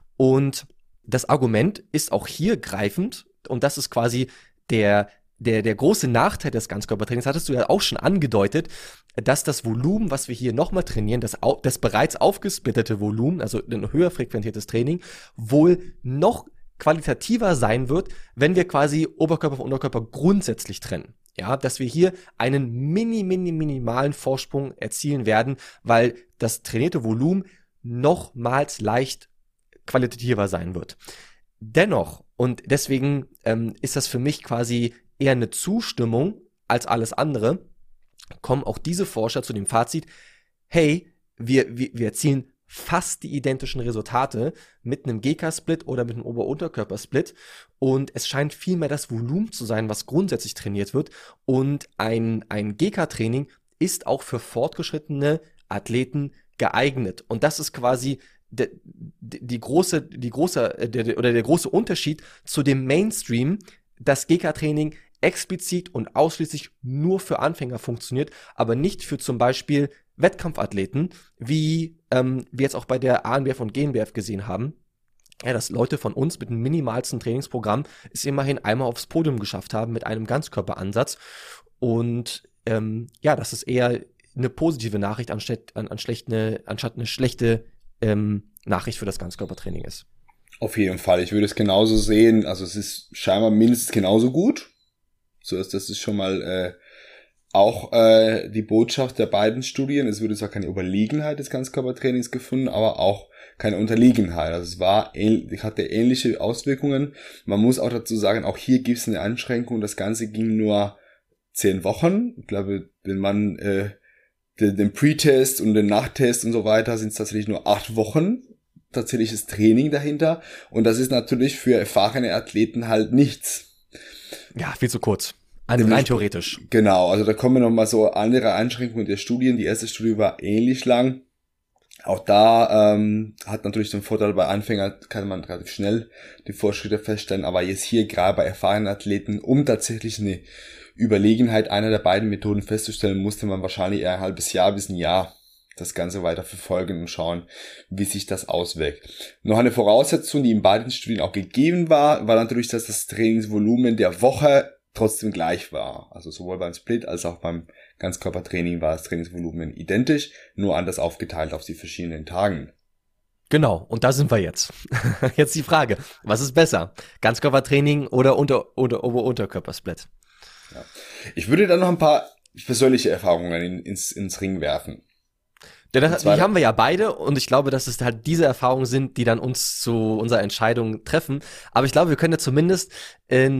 [SPEAKER 2] Und das Argument ist auch hier greifend und das ist quasi der Der, der große Nachteil des Ganzkörpertrainings, hattest du ja auch schon angedeutet, dass das Volumen, was wir hier nochmal trainieren, das, das bereits aufgesplittete Volumen, also ein höher frequentiertes Training, wohl noch qualitativer sein wird, wenn wir quasi Oberkörper von Unterkörper grundsätzlich trennen. Ja, dass wir hier einen mini, mini, minimalen Vorsprung erzielen werden, weil das trainierte Volumen nochmals leicht qualitativer sein wird. Dennoch, und deswegen ähm, ist das für mich quasi eher eine Zustimmung als alles andere, kommen auch diese Forscher zu dem Fazit, hey, wir, wir, wir erzielen fast die identischen Resultate mit einem G K-Split oder mit einem Ober-Unterkörper-Split und es scheint vielmehr das Volumen zu sein, was grundsätzlich trainiert wird und ein, ein G K-Training ist auch für fortgeschrittene Athleten geeignet und das ist quasi die, die, die große, die große, der, oder der große Unterschied zu dem Mainstream, das G K-Training explizit und ausschließlich nur für Anfänger funktioniert, aber nicht für zum Beispiel Wettkampfathleten, wie ähm, wir jetzt auch bei der A N B F und G N B F gesehen haben. Ja, dass Leute von uns mit einem minimalsten Trainingsprogramm es immerhin einmal aufs Podium geschafft haben mit einem Ganzkörperansatz. Und ähm, ja, das ist eher eine positive Nachricht anstatt, an, anstatt, eine, anstatt eine schlechte ähm, Nachricht für das Ganzkörpertraining ist.
[SPEAKER 1] Auf jeden Fall. Ich würde es genauso sehen. Also es ist scheinbar mindestens genauso gut. So ist das ist schon mal äh, auch äh, die Botschaft der beiden Studien. Es wurde zwar keine Überlegenheit des Ganzkörpertrainings gefunden, aber auch keine Unterlegenheit. Also es war ähnlich, hatte ähnliche Auswirkungen. Man muss auch dazu sagen, auch hier gibt es eine Einschränkung. Das Ganze ging nur zehn Wochen. Ich glaube, wenn man äh, den, den Pre-Test und den Nachtest und so weiter, sind es tatsächlich nur acht Wochen. Tatsächliches Training dahinter. Und das ist natürlich für erfahrene Athleten halt nichts.
[SPEAKER 2] Ja, viel zu kurz. Also rein theoretisch.
[SPEAKER 1] Genau, also da kommen nochmal so andere Einschränkungen der Studien. Die erste Studie war ähnlich lang. Auch da ähm, hat natürlich den Vorteil, bei Anfängern kann man relativ schnell die Fortschritte feststellen. Aber jetzt hier gerade bei erfahrenen Athleten, um tatsächlich eine Überlegenheit einer der beiden Methoden festzustellen, musste man wahrscheinlich eher ein halbes Jahr bis ein Jahr das Ganze weiter verfolgen und schauen, wie sich das auswirkt. Noch eine Voraussetzung, die in beiden Studien auch gegeben war, war natürlich, dass das Trainingsvolumen der Woche trotzdem gleich war. Also sowohl beim Split als auch beim Ganzkörpertraining war das Trainingsvolumen identisch, nur anders aufgeteilt auf die verschiedenen Tagen.
[SPEAKER 2] Genau, und da sind wir jetzt. Jetzt die Frage, was ist besser? Ganzkörpertraining oder Unter- oder Ober-Unterkörpersplit?
[SPEAKER 1] Ja. Ich würde da noch ein paar persönliche Erfahrungen in, ins, ins Ring werfen.
[SPEAKER 2] Ja, das, die haben wir ja beide und ich glaube, dass es halt diese Erfahrungen sind, die dann uns zu unserer Entscheidung treffen. Aber ich glaube, wir können ja zumindest in,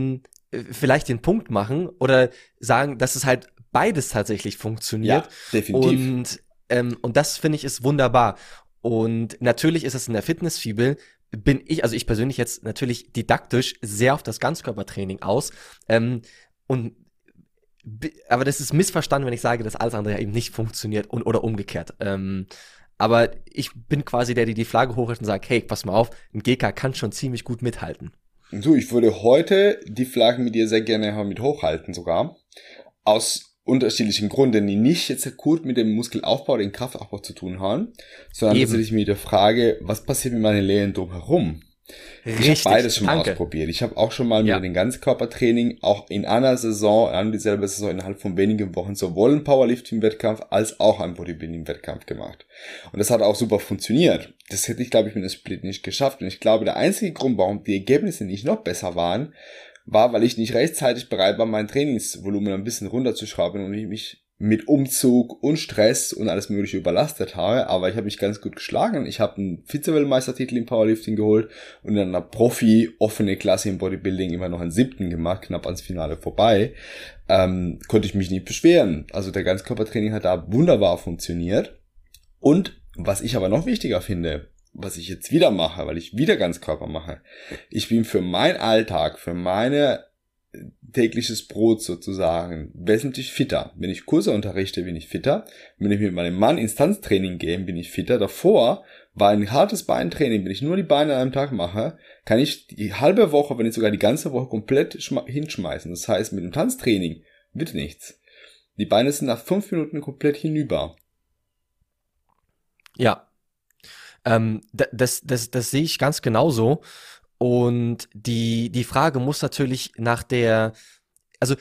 [SPEAKER 2] äh, vielleicht den Punkt machen oder sagen, dass es halt beides tatsächlich funktioniert.
[SPEAKER 1] Ja, definitiv.
[SPEAKER 2] Und, ähm, und das finde ich ist wunderbar. Und natürlich ist es in der Fitnessfibel, bin ich, also ich persönlich jetzt natürlich didaktisch sehr auf das Ganzkörpertraining aus. Ähm, und aber das ist missverstanden, wenn ich sage, dass alles andere ja eben nicht funktioniert und oder umgekehrt. Ähm, aber ich bin quasi der, der die Flagge hochhält und sagt, hey, pass mal auf, ein G K kann schon ziemlich gut mithalten.
[SPEAKER 1] So, ich würde heute die Flagge mit dir sehr gerne mit hochhalten sogar. Aus unterschiedlichen Gründen, die nicht jetzt akut mit dem Muskelaufbau, den Kraftaufbau zu tun haben, sondern
[SPEAKER 2] Eben.
[SPEAKER 1] tatsächlich mit der Frage, was passiert mit meinen Lehren drumherum?
[SPEAKER 2] Richtig,
[SPEAKER 1] Ich habe beides schon mal
[SPEAKER 2] danke.
[SPEAKER 1] ausprobiert. Ich habe auch schon mal
[SPEAKER 2] Ja.
[SPEAKER 1] mit dem Ganzkörpertraining, auch in einer Saison, an dieselbe Saison innerhalb von wenigen Wochen sowohl einen Powerlifting-Wettkampf als auch einen Bodybuilding-Wettkampf gemacht. Und das hat auch super funktioniert. Das hätte ich, glaube ich, mit dem Split nicht geschafft. Und ich glaube, der einzige Grund, warum die Ergebnisse nicht noch besser waren, war, weil ich nicht rechtzeitig bereit war, mein Trainingsvolumen ein bisschen runterzuschrauben und ich mich mit Umzug und Stress und alles mögliche überlastet habe, aber ich habe mich ganz gut geschlagen. Ich habe einen Vize-Weltmeistertitel im Powerlifting geholt und in einer Profi-offene Klasse im Bodybuilding immer noch einen siebten gemacht, knapp ans Finale vorbei. Ähm, konnte ich mich nicht beschweren. Also der Ganzkörpertraining hat da wunderbar funktioniert. Und was ich aber noch wichtiger finde, was ich jetzt wieder mache, weil ich wieder Ganzkörper mache, ich bin für meinen Alltag, für meine tägliches Brot sozusagen wesentlich fitter. Wenn ich Kurse unterrichte, bin ich fitter. Wenn ich mit meinem Mann ins Tanztraining gehe, bin ich fitter. Davor war ein hartes Beintraining. Wenn ich nur die Beine an einem Tag mache, kann ich die halbe Woche, wenn nicht sogar die ganze Woche komplett hinschmeißen. Das heißt, mit dem Tanztraining wird nichts. Die Beine sind nach fünf Minuten komplett hinüber.
[SPEAKER 2] Ja. Ähm, das, das, das sehe ich ganz genauso. Und die, die Frage muss natürlich nach der, also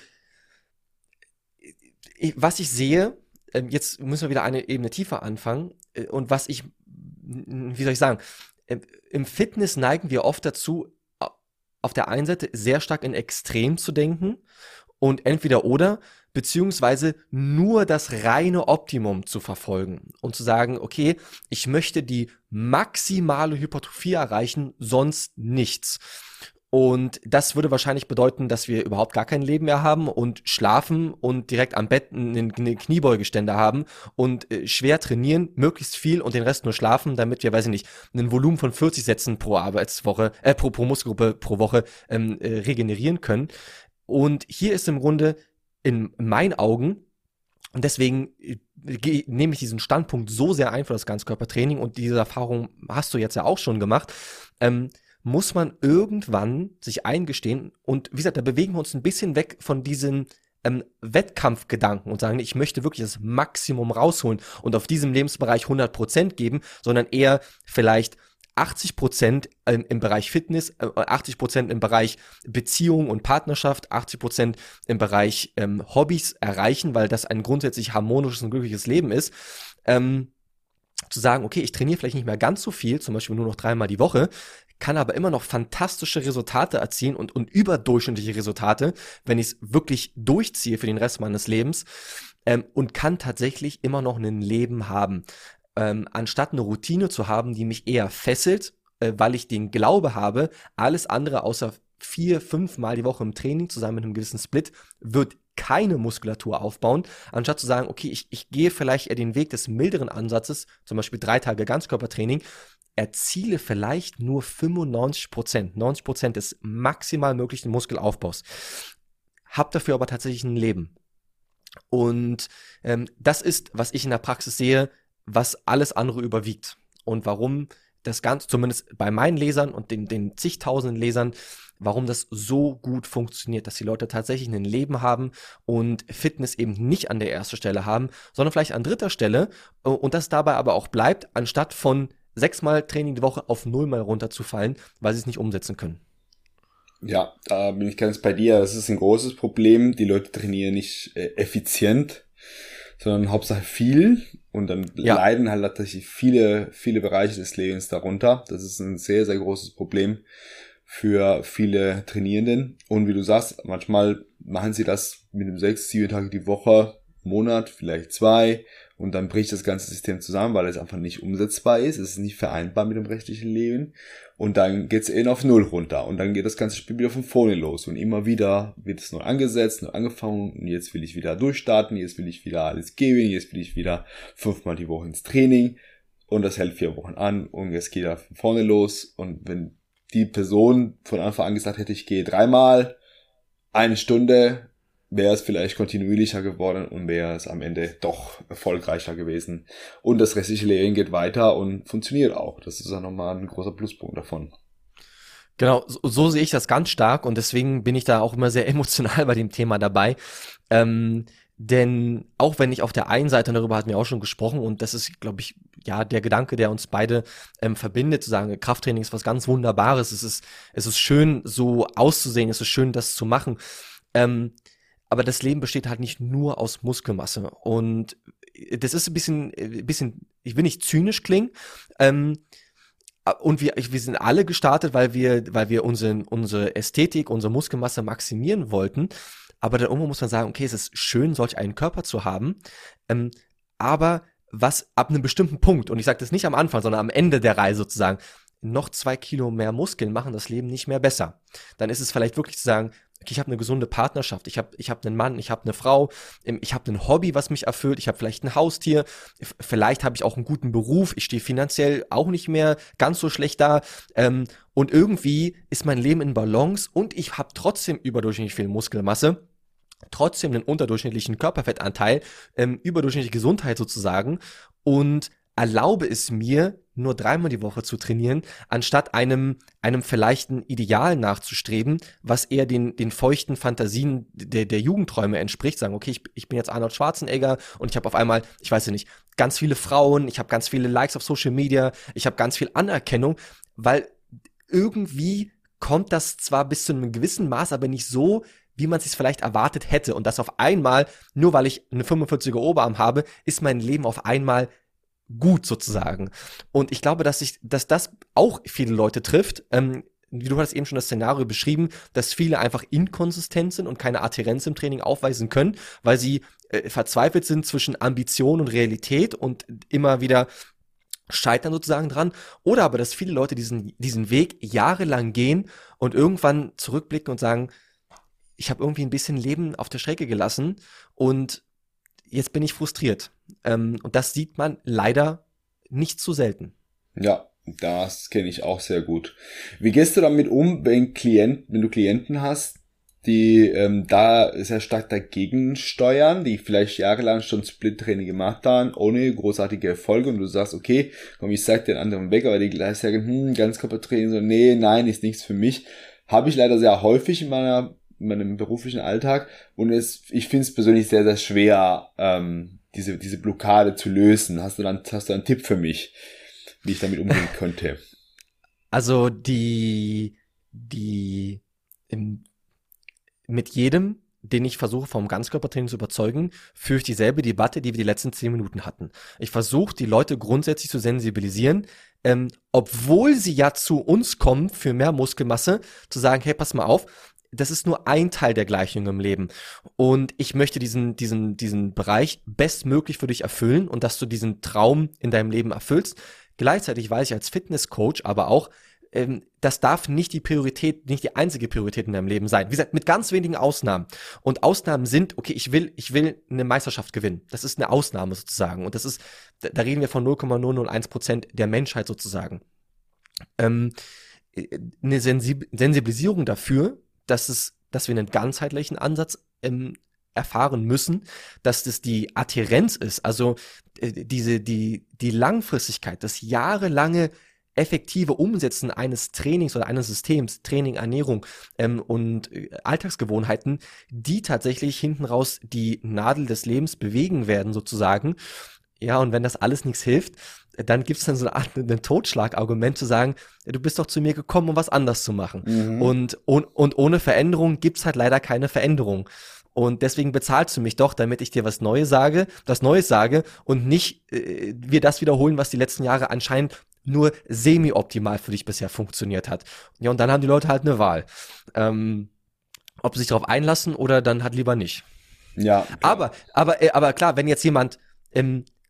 [SPEAKER 2] was ich sehe, jetzt müssen wir wieder eine Ebene tiefer anfangen, und was ich, wie soll ich sagen, im Fitness neigen wir oft dazu, auf der einen Seite sehr stark in Extrem zu denken und entweder oder, beziehungsweise nur das reine Optimum zu verfolgen und zu sagen, okay, ich möchte die maximale Hypertrophie erreichen, sonst nichts. Und das würde wahrscheinlich bedeuten, dass wir überhaupt gar kein Leben mehr haben und schlafen und direkt am Bett eine Kniebeugeständer haben und äh, schwer trainieren, möglichst viel und den Rest nur schlafen, damit wir, weiß ich nicht, ein Volumen von vierzig Sätzen pro Arbeitswoche, äh, pro, pro Muskelgruppe pro Woche ähm, äh, regenerieren können. Und hier ist im Grunde in meinen Augen, und deswegen äh, nehme ich diesen Standpunkt so sehr ein für das Ganzkörpertraining und diese Erfahrung hast du jetzt ja auch schon gemacht, ähm, muss man irgendwann sich eingestehen und wie gesagt, da bewegen wir uns ein bisschen weg von diesen ähm, Wettkampfgedanken und sagen, ich möchte wirklich das Maximum rausholen und auf diesem Lebensbereich hundert Prozent geben, sondern eher vielleicht achtzig Prozent im, im Bereich Fitness, äh, achtzig Prozent im Bereich Beziehung und Partnerschaft, achtzig Prozent im Bereich ähm, Hobbys erreichen, weil das ein grundsätzlich harmonisches und glückliches Leben ist. Ähm, zu sagen, okay, ich trainiere vielleicht nicht mehr ganz so viel, zum Beispiel nur noch dreimal die Woche, kann aber immer noch fantastische Resultate erzielen und, und überdurchschnittliche Resultate, wenn ich es wirklich durchziehe für den Rest meines Lebens, ähm, und kann tatsächlich immer noch ein Leben haben. Ähm, anstatt eine Routine zu haben, die mich eher fesselt, äh, weil ich den Glaube habe, alles andere außer vier, fünf Mal die Woche im Training zusammen mit einem gewissen Split wird keine Muskulatur aufbauen, anstatt zu sagen, okay, ich, ich gehe vielleicht eher den Weg des milderen Ansatzes, zum Beispiel drei Tage Ganzkörpertraining, erziele vielleicht nur fünfundneunzig Prozent, neunzig Prozent des maximal möglichen Muskelaufbaus. Hab dafür aber tatsächlich ein Leben. Und ähm, das ist, was ich in der Praxis sehe, was alles andere überwiegt. Und warum das Ganze, zumindest bei meinen Lesern und den, den zigtausenden Lesern, warum das so gut funktioniert, dass die Leute tatsächlich ein Leben haben und Fitness eben nicht an der ersten Stelle haben, sondern vielleicht an dritter Stelle und das dabei aber auch bleibt, anstatt von sechsmal Training die Woche auf nullmal runterzufallen, weil sie es nicht umsetzen können.
[SPEAKER 1] Ja, da bin ich ganz bei dir. Das ist ein großes Problem. Die Leute trainieren nicht äh, effizient, sondern Hauptsache viel. Und dann ja. leiden halt tatsächlich viele, viele Bereiche des Lebens darunter. Das ist ein sehr, sehr großes Problem für viele Trainierenden. Und wie du sagst, manchmal machen sie das mit einem sechs, sieben Tage die Woche, Monat, vielleicht zwei. und dann bricht das ganze System zusammen, weil es einfach nicht umsetzbar ist, es ist nicht vereinbar mit dem rechtlichen Leben und dann geht es eben auf Null runter und dann geht das ganze Spiel wieder von vorne los und immer wieder wird es neu angesetzt, neu angefangen und jetzt will ich wieder durchstarten, jetzt will ich wieder alles geben, jetzt will ich wieder fünfmal die Woche ins Training und das hält vier Wochen an und jetzt geht er von vorne los und wenn die Person von Anfang an gesagt hätte, ich gehe dreimal eine Stunde, wäre es vielleicht kontinuierlicher geworden und wäre es am Ende doch erfolgreicher gewesen. Und das restliche Leben geht weiter und funktioniert auch. Das ist ja nochmal ein großer Pluspunkt davon.
[SPEAKER 2] Genau, so, so sehe ich das ganz stark und deswegen bin ich da auch immer sehr emotional bei dem Thema dabei. Ähm, denn auch wenn ich auf der einen Seite, darüber hatten wir auch schon gesprochen und das ist, glaube ich, ja, der Gedanke, der uns beide ähm, verbindet, zu sagen, Krafttraining ist was ganz Wunderbares, es ist, es ist schön, so auszusehen, es ist schön, das zu machen. Ähm, aber das Leben besteht halt nicht nur aus Muskelmasse und das ist ein bisschen, ein bisschen, ich will nicht zynisch klingen, ähm, und wir, wir sind alle gestartet, weil wir, weil wir unsere, unsere Ästhetik, unsere Muskelmasse maximieren wollten. Aber dann irgendwo muss man sagen, okay, es ist schön, solch einen Körper zu haben. Ähm, aber was ab einem bestimmten Punkt, und ich sage das nicht am Anfang, sondern am Ende der Reise sozusagen, noch zwei Kilo mehr Muskeln machen das Leben nicht mehr besser. Dann ist es vielleicht wirklich zu sagen, okay, ich habe eine gesunde Partnerschaft, ich habe ich hab einen Mann, ich habe eine Frau, ich habe ein Hobby, was mich erfüllt, ich habe vielleicht ein Haustier, vielleicht habe ich auch einen guten Beruf, ich stehe finanziell auch nicht mehr ganz so schlecht da ähm, und irgendwie ist mein Leben in Balance und ich habe trotzdem überdurchschnittlich viel Muskelmasse, trotzdem einen unterdurchschnittlichen Körperfettanteil, ähm, überdurchschnittliche Gesundheit sozusagen und erlaube es mir, nur dreimal die Woche zu trainieren, anstatt einem, einem vielleicht ein Ideal nachzustreben, was eher den, den feuchten Fantasien der, der Jugendträume entspricht. Sagen, okay, ich, ich bin jetzt Arnold Schwarzenegger und ich habe auf einmal, ich weiß ja nicht, ganz viele Frauen, ich habe ganz viele Likes auf Social Media, ich habe ganz viel Anerkennung, weil irgendwie kommt das zwar bis zu einem gewissen Maß, aber nicht so, wie man es sich vielleicht erwartet hätte. Und das auf einmal, nur weil ich eine fünfundvierziger Oberarm habe, ist mein Leben auf einmal gut sozusagen. Und ich glaube, dass ich, dass das auch viele Leute trifft. Ähm, wie du hast eben schon das Szenario beschrieben, dass viele einfach inkonsistent sind und keine Adhärenz im Training aufweisen können, weil sie äh, verzweifelt sind zwischen Ambition und Realität und immer wieder scheitern sozusagen dran. Oder aber, dass viele Leute diesen, diesen Weg jahrelang gehen und irgendwann zurückblicken und sagen, ich habe irgendwie ein bisschen Leben auf der Strecke gelassen und jetzt bin ich frustriert. Ähm, und das sieht man leider nicht zu selten.
[SPEAKER 1] Ja, das kenne ich auch sehr gut. Wie gehst du damit um, wenn Klient, wenn du Klienten hast, die ähm, da sehr stark dagegen steuern, die vielleicht jahrelang schon Split-Training gemacht haben, ohne großartige Erfolge und du sagst, okay, komm, ich sag den anderen weg, aber die gleich sagen, hm, Ganzkörpertraining, so, nee, nein, ist nichts für mich. Habe ich leider sehr häufig in meiner in meinem beruflichen Alltag und es, ich finde es persönlich sehr, sehr schwer, ähm, diese, diese Blockade zu lösen. Hast du dann, hast du einen Tipp für mich, wie ich damit umgehen könnte?
[SPEAKER 2] Also die, die, im, mit jedem, den ich versuche vom Ganzkörpertraining zu überzeugen, führe ich dieselbe Debatte, die wir die letzten zehn Minuten hatten. Ich versuche, die Leute grundsätzlich zu sensibilisieren, ähm, obwohl sie ja zu uns kommen für mehr Muskelmasse, zu sagen, hey, pass mal auf, das ist nur ein Teil der Gleichung im Leben. Und ich möchte diesen, diesen, diesen Bereich bestmöglich für dich erfüllen und dass du diesen Traum in deinem Leben erfüllst. Gleichzeitig weiß ich als Fitnesscoach aber auch, ähm, das darf nicht die Priorität, nicht die einzige Priorität in deinem Leben sein. Wie gesagt, mit ganz wenigen Ausnahmen. Und Ausnahmen sind, okay, ich will, ich will eine Meisterschaft gewinnen. Das ist eine Ausnahme sozusagen. Und das ist, da, da reden wir von null Komma null null eins Prozent der Menschheit sozusagen. Ähm, eine Sensib- Sensibilisierung dafür, dass es, dass wir einen ganzheitlichen Ansatz ähm, erfahren müssen, dass das die Adhärenz ist, also äh, diese die die Langfristigkeit, das jahrelange effektive Umsetzen eines Trainings oder eines Systems, Training, Ernährung ähm, und äh, Alltagsgewohnheiten, die tatsächlich hinten raus die Nadel des Lebens bewegen werden sozusagen. Ja, und wenn das alles nichts hilft, dann gibt's dann so eine Art ein Totschlagargument zu sagen, du bist doch zu mir gekommen, um was anders zu machen. Mhm. Und, und, und ohne Veränderung gibt's halt leider keine Veränderung. Und deswegen bezahlst du mich doch, damit ich dir was Neues sage, das Neues sage und nicht äh, wir das wiederholen, was die letzten Jahre anscheinend nur semi-optimal für dich bisher funktioniert hat. Ja, und dann haben die Leute halt eine Wahl. Ähm, ob sie sich darauf einlassen oder dann halt lieber nicht.
[SPEAKER 1] Ja. Klar.
[SPEAKER 2] Aber, aber, äh, aber klar, wenn jetzt jemand ähm,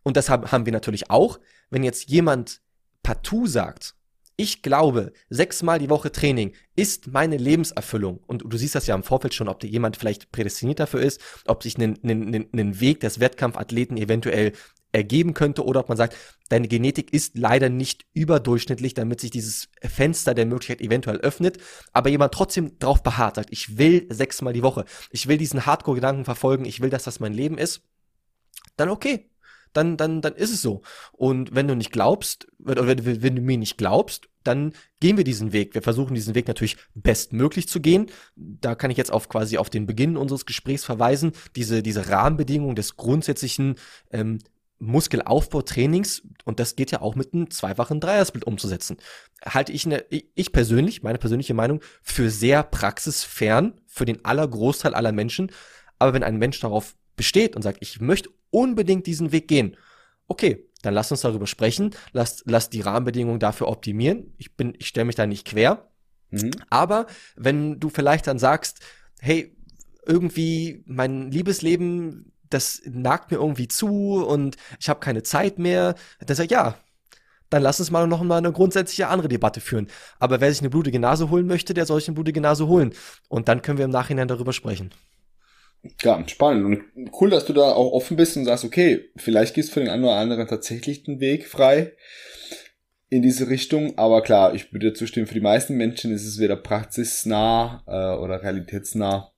[SPEAKER 2] und das haben, haben wir natürlich auch, wenn jetzt jemand partout sagt, ich glaube, sechsmal die Woche Training ist meine Lebenserfüllung. Und du siehst das ja im Vorfeld schon, ob da jemand vielleicht prädestiniert dafür ist, ob sich einen, einen, einen Weg des Wettkampfathleten eventuell ergeben könnte oder ob man sagt, deine Genetik ist leider nicht überdurchschnittlich, damit sich dieses Fenster der Möglichkeit eventuell öffnet, aber jemand trotzdem drauf beharrt, sagt, ich will sechsmal die Woche, ich will diesen Hardcore-Gedanken verfolgen, ich will, dass das mein Leben ist, dann okay. Dann, dann, dann ist es so. Und wenn du nicht glaubst, oder wenn, wenn du mir nicht glaubst, dann gehen wir diesen Weg. Wir versuchen diesen Weg natürlich bestmöglich zu gehen. Da kann ich jetzt auf quasi auf den Beginn unseres Gesprächs verweisen. Diese, diese Rahmenbedingungen des grundsätzlichen ähm, Muskelaufbautrainings, und das geht ja auch mit einem zweifachen Dreiersplit umzusetzen, halte ich, eine, ich persönlich, meine persönliche Meinung, für sehr praxisfern für den allergroßteil aller Menschen. Aber wenn ein Mensch darauf besteht und sagt, ich möchte unbedingt diesen Weg gehen, okay, dann lass uns darüber sprechen, lass, lass die Rahmenbedingungen dafür optimieren. Ich bin, ich stelle mich da nicht quer. Mhm. Aber wenn du vielleicht dann sagst, hey, irgendwie mein Liebesleben, das nagt mir irgendwie zu und ich habe keine Zeit mehr, dann sag ich, ja, dann lass uns mal noch mal eine grundsätzliche andere Debatte führen. Aber wer sich eine blutige Nase holen möchte, der soll sich eine blutige Nase holen. Und dann können wir im Nachhinein darüber sprechen.
[SPEAKER 1] Ja, spannend. Und cool, dass du da auch offen bist und sagst, okay, vielleicht gibt's für den einen oder anderen tatsächlich den Weg frei in diese Richtung. Aber klar, ich würde dir zustimmen, für die meisten Menschen ist es weder praxisnah äh, oder realitätsnah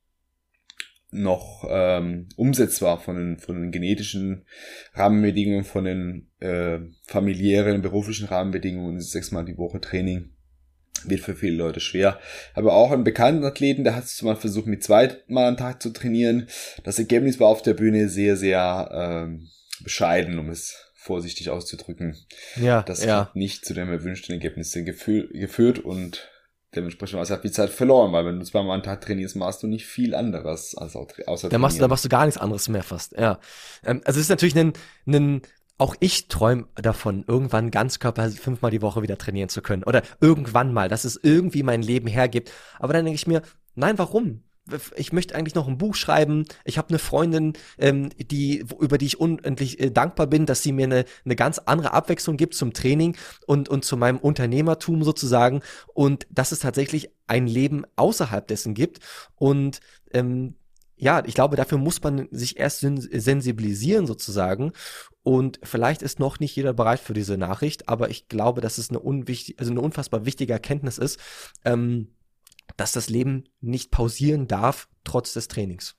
[SPEAKER 1] noch ähm, umsetzbar von den, von den genetischen Rahmenbedingungen, von den äh, familiären, beruflichen Rahmenbedingungen. Das ist sechsmal die Woche Training. Wird für viele Leute schwer. Aber auch einen bekannten Athleten, der hat es mal versucht, mit zweimal am Tag zu trainieren. Das Ergebnis war auf der Bühne sehr, sehr ähm, bescheiden, um es vorsichtig auszudrücken.
[SPEAKER 2] Ja,
[SPEAKER 1] das
[SPEAKER 2] ja.
[SPEAKER 1] hat nicht zu dem erwünschten Ergebnis gefü- geführt und dementsprechend war es halt die Zeit verloren, weil wenn du zweimal am Tag trainierst, machst du nicht viel anderes als außer
[SPEAKER 2] da machst, da machst du gar nichts anderes mehr fast, ja. Ähm, also es ist natürlich ein, ein auch ich träume davon, irgendwann Ganzkörper fünfmal die Woche wieder trainieren zu können. Oder irgendwann mal, dass es irgendwie mein Leben hergibt. Aber dann denke ich mir, nein, warum? Ich möchte eigentlich noch ein Buch schreiben. Ich habe eine Freundin, ähm, die über die ich unendlich äh, dankbar bin, dass sie mir eine, eine ganz andere Abwechslung gibt zum Training und, und zu meinem Unternehmertum sozusagen. Und dass es tatsächlich ein Leben außerhalb dessen gibt. Und ähm, ja, ich glaube, dafür muss man sich erst sensibilisieren sozusagen. Und vielleicht ist noch nicht jeder bereit für diese Nachricht, aber ich glaube, dass es eine unwichtig, also eine unfassbar wichtige Erkenntnis ist, ähm, dass das Leben nicht pausieren darf, trotz des Trainings.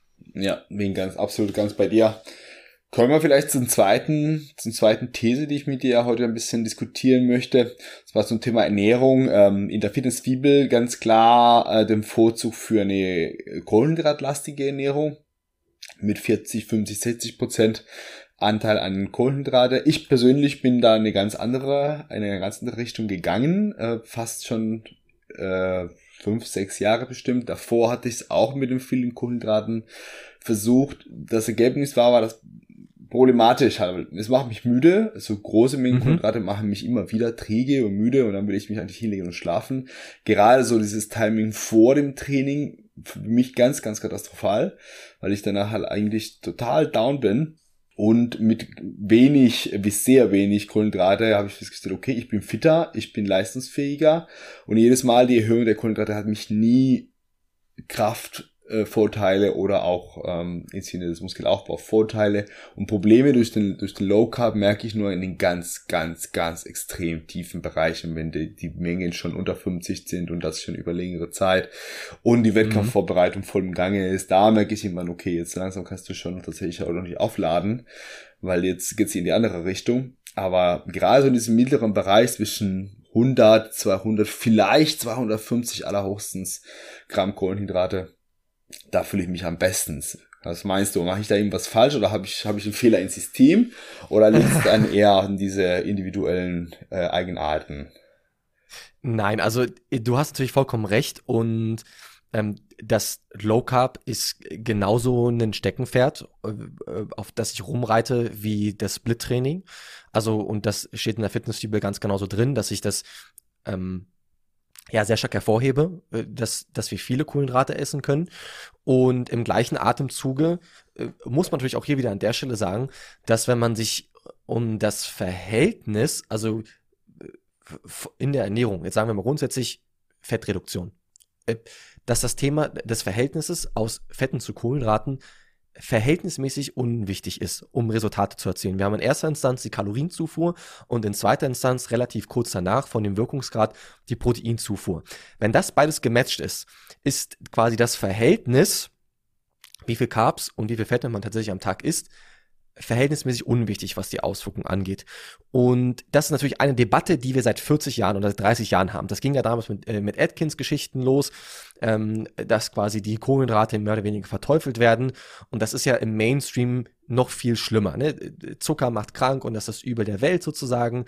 [SPEAKER 1] Ja, bin ganz, absolut ganz bei dir. Kommen wir vielleicht zum zweiten, zum zweiten These, die ich mit dir heute ein bisschen diskutieren möchte. Das war zum Thema Ernährung. Ähm, in der Fitness-Bibel ganz klar äh, den Vorzug für eine kohlenhydratlastige Ernährung mit vierzig, fünfzig, sechzig Prozent Anteil an Kohlenhydrate. Ich persönlich bin da eine ganz andere, eine ganz andere Richtung gegangen, äh, fast schon äh, fünf, sechs Jahre bestimmt. Davor hatte ich es auch mit den vielen Kohlenhydraten versucht. Das Ergebnis war, war das problematisch. Es macht mich müde. So große Mengen mhm. Kohlenhydrate machen mich immer wieder träge und müde und dann will ich mich eigentlich hinlegen und schlafen. Gerade so dieses Timing vor dem Training für mich ganz, ganz katastrophal, weil ich danach halt eigentlich total down bin. Und mit wenig, bis sehr wenig Kohlenhydrate habe ich festgestellt, okay, ich bin fitter, ich bin leistungsfähiger. Und jedes Mal die Erhöhung der Kohlenhydrate hat mich nie Kraftvorteile oder auch ähm, im Sinne des Muskelaufbaus Vorteile und Probleme durch den durch den Low Carb merke ich nur in den ganz, ganz, ganz extrem tiefen Bereichen, wenn die, die Mengen schon unter fünfzig sind und das schon über längere Zeit und die Wettkampfvorbereitung voll im Gange ist. Da merke ich immer, okay, jetzt langsam kannst du schon tatsächlich auch noch nicht aufladen, weil jetzt geht's in die andere Richtung. Aber gerade so in diesem mittleren Bereich zwischen hundert, zweihundert, vielleicht zweihundertfünfzig allerhöchstens Gramm Kohlenhydrate, da fühle ich mich am besten. Was meinst du? Mache ich da irgendwas falsch oder habe ich, habe ich einen Fehler ins System oder liegt es dann eher an diese individuellen äh, Eigenarten?
[SPEAKER 2] Nein, also du hast natürlich vollkommen recht und ähm, das Low Carb ist genauso ein Steckenpferd, äh, auf das ich rumreite wie das Split-Training. Also und das steht in der Fitness-Bibel ganz genauso drin, dass ich das ähm, ja sehr stark hervorhebe, dass, dass wir viele Kohlenhydrate essen können. Und im gleichen Atemzuge äh, muss man natürlich auch hier wieder an der Stelle sagen, dass wenn man sich um das Verhältnis, also in der Ernährung, jetzt sagen wir mal grundsätzlich Fettreduktion, dass das Thema des Verhältnisses aus Fetten zu Kohlenhydraten verhältnismäßig unwichtig ist, um Resultate zu erzielen. Wir haben in erster Instanz die Kalorienzufuhr und in zweiter Instanz relativ kurz danach von dem Wirkungsgrad die Proteinzufuhr. Wenn das beides gematcht ist, ist quasi das Verhältnis, wie viel Carbs und wie viel Fette man tatsächlich am Tag isst, verhältnismäßig unwichtig, was die Auswirkungen angeht. Und das ist natürlich eine Debatte, die wir seit vierzig Jahren oder seit dreißig Jahren haben. Das ging ja damals mit, äh, mit Atkins-Geschichten los, ähm, dass quasi die Kohlenhydrate mehr oder weniger verteufelt werden. Und das ist ja im Mainstream noch viel schlimmer. Ne? Zucker macht krank und das ist das Übel der Welt sozusagen.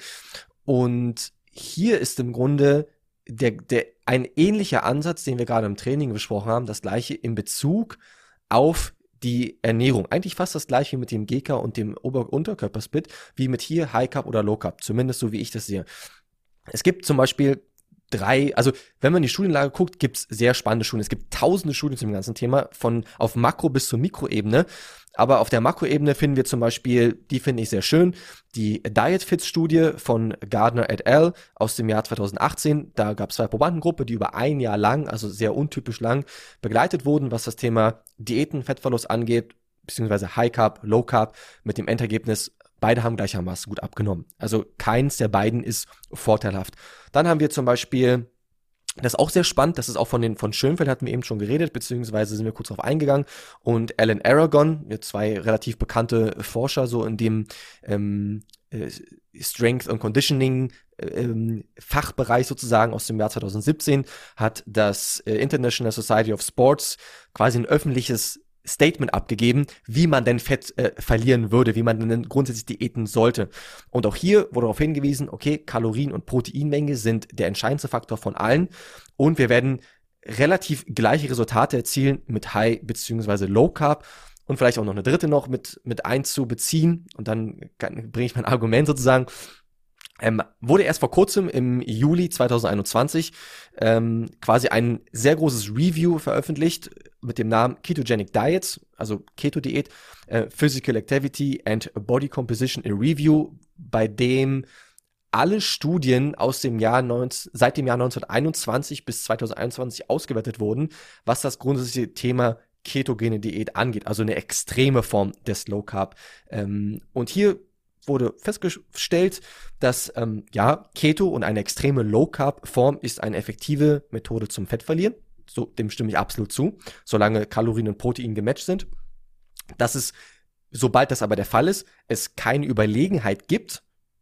[SPEAKER 2] Und hier ist im Grunde der, der, ein ähnlicher Ansatz, den wir gerade im Training besprochen haben, das gleiche in Bezug auf die Ernährung. Eigentlich fast das gleiche wie mit dem G K und dem Ober-Unterkörpersplit, wie mit hier High Carb oder Low Carb, zumindest so wie ich das sehe. Es gibt zum Beispiel drei, also wenn man in die Studienlage guckt, gibt es sehr spannende Studien. Es gibt tausende Studien zum ganzen Thema, von auf Makro- bis zur Mikroebene. Aber auf der Makroebene finden wir zum Beispiel, die finde ich sehr schön, die Diet-Fit-Studie von Gardner et al. Aus dem Jahr zwanzig achtzehn. Da gab es zwei Probandengruppen, die über ein Jahr lang, also sehr untypisch lang, begleitet wurden, was das Thema Diäten, Fettverlust angeht, beziehungsweise High Carb, Low Carb, mit dem Endergebnis, beide haben gleichermaßen gut abgenommen. Also keins der beiden ist vorteilhaft. Dann haben wir zum Beispiel, das ist auch sehr spannend, das ist auch von den von Schönfeld hatten wir eben schon geredet, beziehungsweise sind wir kurz darauf eingegangen. Und Alan Aragon, zwei relativ bekannte Forscher, so in dem ähm, äh, Strength and Conditioning ähm, Fachbereich sozusagen aus dem Jahr zwanzig siebzehn, hat das äh, International Society of Sports quasi ein öffentliches Statement abgegeben, wie man denn Fett äh, verlieren würde, wie man denn grundsätzlich diäten sollte. Und auch hier wurde darauf hingewiesen, okay, Kalorien- und Proteinmenge sind der entscheidendste Faktor von allen und wir werden relativ gleiche Resultate erzielen mit High- bzw. Low Carb und vielleicht auch noch eine dritte noch mit, mit einzubeziehen und dann bringe ich mein Argument sozusagen. Ähm, wurde erst vor kurzem im Juli zwanzig einundzwanzig ähm, quasi ein sehr großes Review veröffentlicht mit dem Namen Ketogenic Diets, also Keto-Diät, äh, Physical Activity and Body Composition in Review, bei dem alle Studien aus dem Jahr neunzehn, seit dem Jahr neunzehnhunderteinundzwanzig bis zweitausendeinundzwanzig ausgewertet wurden, was das grundsätzliche Thema ketogene Diät angeht, also eine extreme Form des Low Carb. Ähm, und hier wurde festgestellt, dass ähm, ja, Keto und eine extreme Low-Carb-Form ist eine effektive Methode zum Fettverlieren. So, dem stimme ich absolut zu, solange Kalorien und Protein gematcht sind. Dass es, sobald das aber der Fall ist, es keine Überlegenheit gibt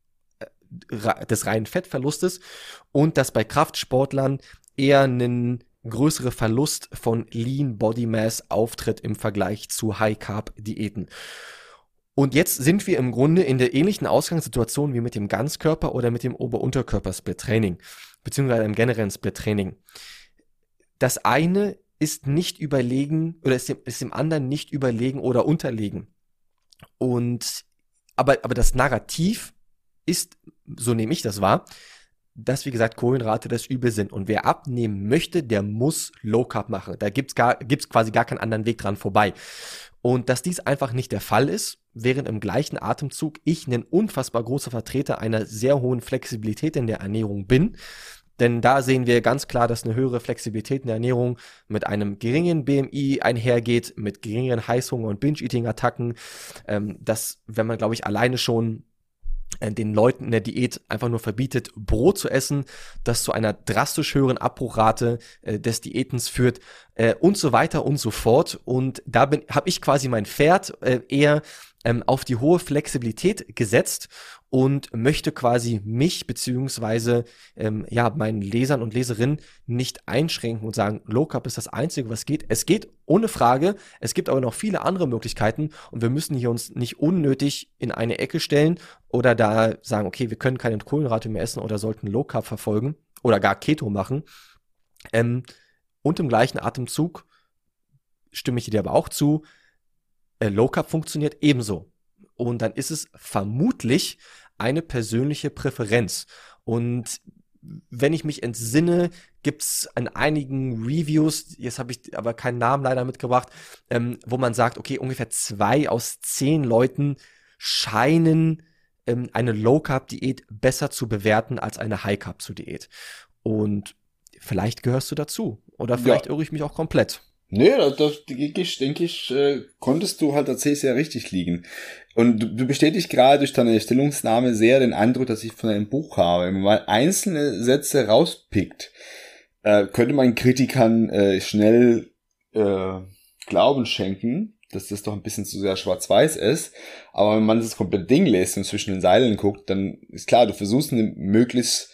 [SPEAKER 2] äh, des reinen Fettverlustes und dass bei Kraftsportlern eher ein größere Verlust von Lean Body Mass auftritt im Vergleich zu High-Carb-Diäten. Und jetzt sind wir im Grunde in der ähnlichen Ausgangssituation wie mit dem Ganzkörper oder mit dem Ober-Unterkörper-Split-Training, beziehungsweise im generellen Split-Training. Das eine ist nicht überlegen oder ist dem, ist dem anderen nicht überlegen oder unterlegen. Und aber, aber das Narrativ ist, so nehme ich das wahr, dass, wie gesagt, Kohlenhydrate das Übel sind. Und wer abnehmen möchte, der muss Low Carb machen. Da gibt's gar, gibt's quasi gar keinen anderen Weg dran vorbei. Und dass dies einfach nicht der Fall ist, während im gleichen Atemzug ich ein unfassbar großer Vertreter einer sehr hohen Flexibilität in der Ernährung bin. Denn da sehen wir ganz klar, dass eine höhere Flexibilität in der Ernährung mit einem geringen B M I einhergeht, mit geringeren Heißhunger- und Binge-Eating-Attacken. Ähm, dass, wenn man, glaube ich, alleine schon den Leuten in der Diät einfach nur verbietet, Brot zu essen, das zu einer drastisch höheren Abbruchrate äh, des Diätens führt äh, und so weiter und so fort. Und da bin habe ich quasi mein Pferd äh, eher ähm, auf die hohe Flexibilität gesetzt und möchte quasi mich beziehungsweise ähm, ja meinen Lesern und Leserinnen nicht einschränken und sagen, Low Carb ist das Einzige, was geht. Es geht ohne Frage, es gibt aber noch viele andere Möglichkeiten und wir müssen hier uns nicht unnötig in eine Ecke stellen oder da sagen, okay, wir können keine Kohlenhydrate mehr essen oder sollten Low Carb verfolgen oder gar Keto machen. Ähm, und im gleichen Atemzug stimme ich dir aber auch zu, äh, Low Carb funktioniert ebenso. Und dann ist es vermutlich eine persönliche Präferenz. Und wenn ich mich entsinne, gibt's an einigen Reviews, jetzt habe ich aber keinen Namen leider mitgebracht, ähm, wo man sagt, okay, ungefähr zwei aus zehn Leuten scheinen ähm, eine Low-Carb-Diät besser zu bewerten als eine High-Carb-Diät. Und vielleicht gehörst du dazu. Oder vielleicht
[SPEAKER 1] Ja.
[SPEAKER 2] irre ich mich auch komplett.
[SPEAKER 1] Nee, das, das denke ich, denke ich, äh, konntest du halt tatsächlich sehr richtig liegen. Und du, du bestätigst gerade durch deine Stellungnahme sehr den Eindruck, dass ich von einem Buch habe. Wenn man mal einzelne Sätze rauspickt, äh, könnte man Kritikern äh, schnell äh, Glauben schenken, dass das doch ein bisschen zu sehr schwarz-weiß ist. Aber wenn man das komplette Ding liest und zwischen den Zeilen guckt, dann ist klar, du versuchst eine möglichst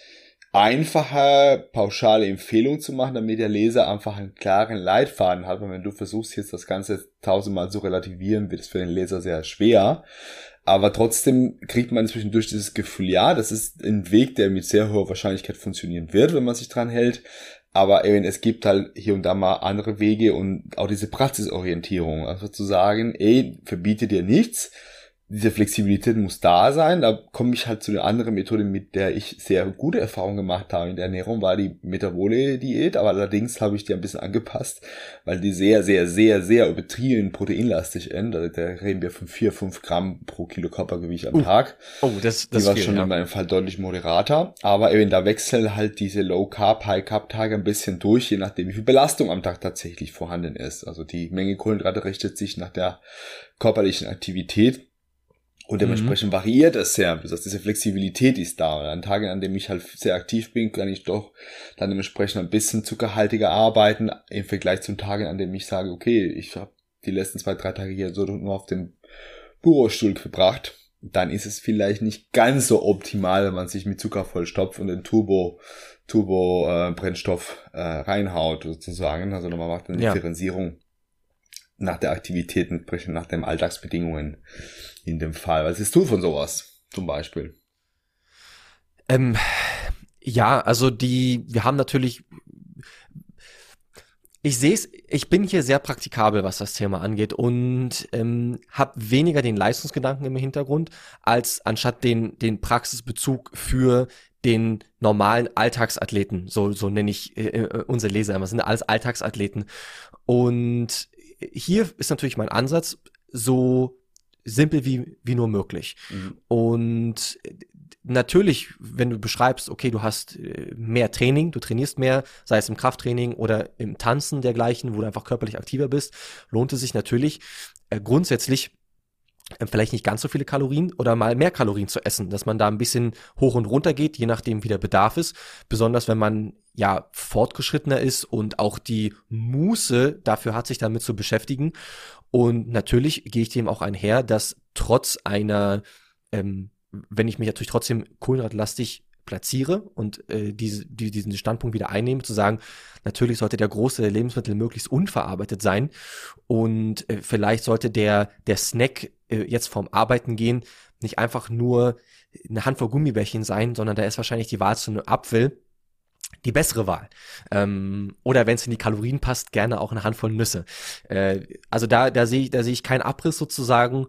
[SPEAKER 1] einfache, pauschale Empfehlung zu machen, damit der Leser einfach einen klaren Leitfaden hat. Und wenn du versuchst jetzt das Ganze tausendmal zu relativieren, wird es für den Leser sehr schwer. Aber trotzdem kriegt man zwischendurch dieses Gefühl, ja, das ist ein Weg, der mit sehr hoher Wahrscheinlichkeit funktionieren wird, wenn man sich dran hält. Aber eben, es gibt halt hier und da mal andere Wege und auch diese Praxisorientierung. Also zu sagen, ey, verbiete dir nichts. Diese Flexibilität muss da sein. Da komme ich halt zu einer anderen Methode, mit der ich sehr gute Erfahrungen gemacht habe in der Ernährung, war die Metabole-Diät. Aber allerdings habe ich die ein bisschen angepasst, weil die sehr, sehr, sehr, sehr übertrieben proteinlastig ist. Da, da reden wir von vier, fünf Gramm pro Kilo Körpergewicht am
[SPEAKER 2] Uh.
[SPEAKER 1] Tag.
[SPEAKER 2] Oh, das, das
[SPEAKER 1] Die war
[SPEAKER 2] viel,
[SPEAKER 1] schon
[SPEAKER 2] ja.
[SPEAKER 1] in meinem Fall deutlich moderater. Aber eben da wechseln halt diese Low-Carb, High-Carb-Tage ein bisschen durch, je nachdem, wie viel Belastung am Tag tatsächlich vorhanden ist. Also die Menge Kohlenhydrate richtet sich nach der körperlichen Aktivität. Und dementsprechend mhm. variiert es sehr. Das heißt, diese Flexibilität ist da. Und an Tagen, an denen ich halt sehr aktiv bin, kann ich doch dann dementsprechend ein bisschen zuckerhaltiger arbeiten, im Vergleich zu Tagen, an denen ich sage, okay, ich habe die letzten zwei, drei Tage hier so nur auf dem Bürostuhl verbracht. Dann ist es vielleicht nicht ganz so optimal, wenn man sich mit Zucker vollstopft und den Turbo, Turbo äh, Brennstoff äh, reinhaut, sozusagen. Also man macht eine ja. Differenzierung nach der Aktivität, entsprechend nach den Alltagsbedingungen in dem Fall. Was ist du von sowas zum Beispiel?
[SPEAKER 2] Ähm, ja, also die, wir haben natürlich, ich sehe es, ich bin hier sehr praktikabel, was das Thema angeht und ähm, habe weniger den Leistungsgedanken im Hintergrund, als anstatt den, den Praxisbezug für den normalen Alltagsathleten, so, so nenne ich äh, unsere Leser immer, das sind alles Alltagsathleten. Und hier ist natürlich mein Ansatz, so simpel wie, wie nur möglich. Mhm. Und natürlich, wenn du beschreibst, okay, du hast mehr Training, du trainierst mehr, sei es im Krafttraining oder im Tanzen dergleichen, wo du einfach körperlich aktiver bist, lohnt es sich natürlich äh, grundsätzlich äh, vielleicht nicht ganz so viele Kalorien oder mal mehr Kalorien zu essen, dass man da ein bisschen hoch und runter geht, je nachdem wie der Bedarf ist, besonders wenn man ja fortgeschrittener ist und auch die Muße dafür hat, sich damit zu beschäftigen. Und natürlich gehe ich dem auch einher, dass trotz einer, ähm, wenn ich mich natürlich trotzdem kohlenhydratlastig platziere und äh, diese, die, diesen Standpunkt wieder einnehme, zu sagen, natürlich sollte der große Lebensmittel möglichst unverarbeitet sein und äh, vielleicht sollte der, der Snack äh, jetzt vorm Arbeiten gehen nicht einfach nur eine Handvoll Gummibärchen sein, sondern da ist wahrscheinlich die Wahl zu einem Apfel die bessere Wahl. Ähm, oder wenn es in die Kalorien passt, gerne auch eine Handvoll Nüsse. Äh, also da, da sehe ich, da sehe ich keinen Abriss sozusagen.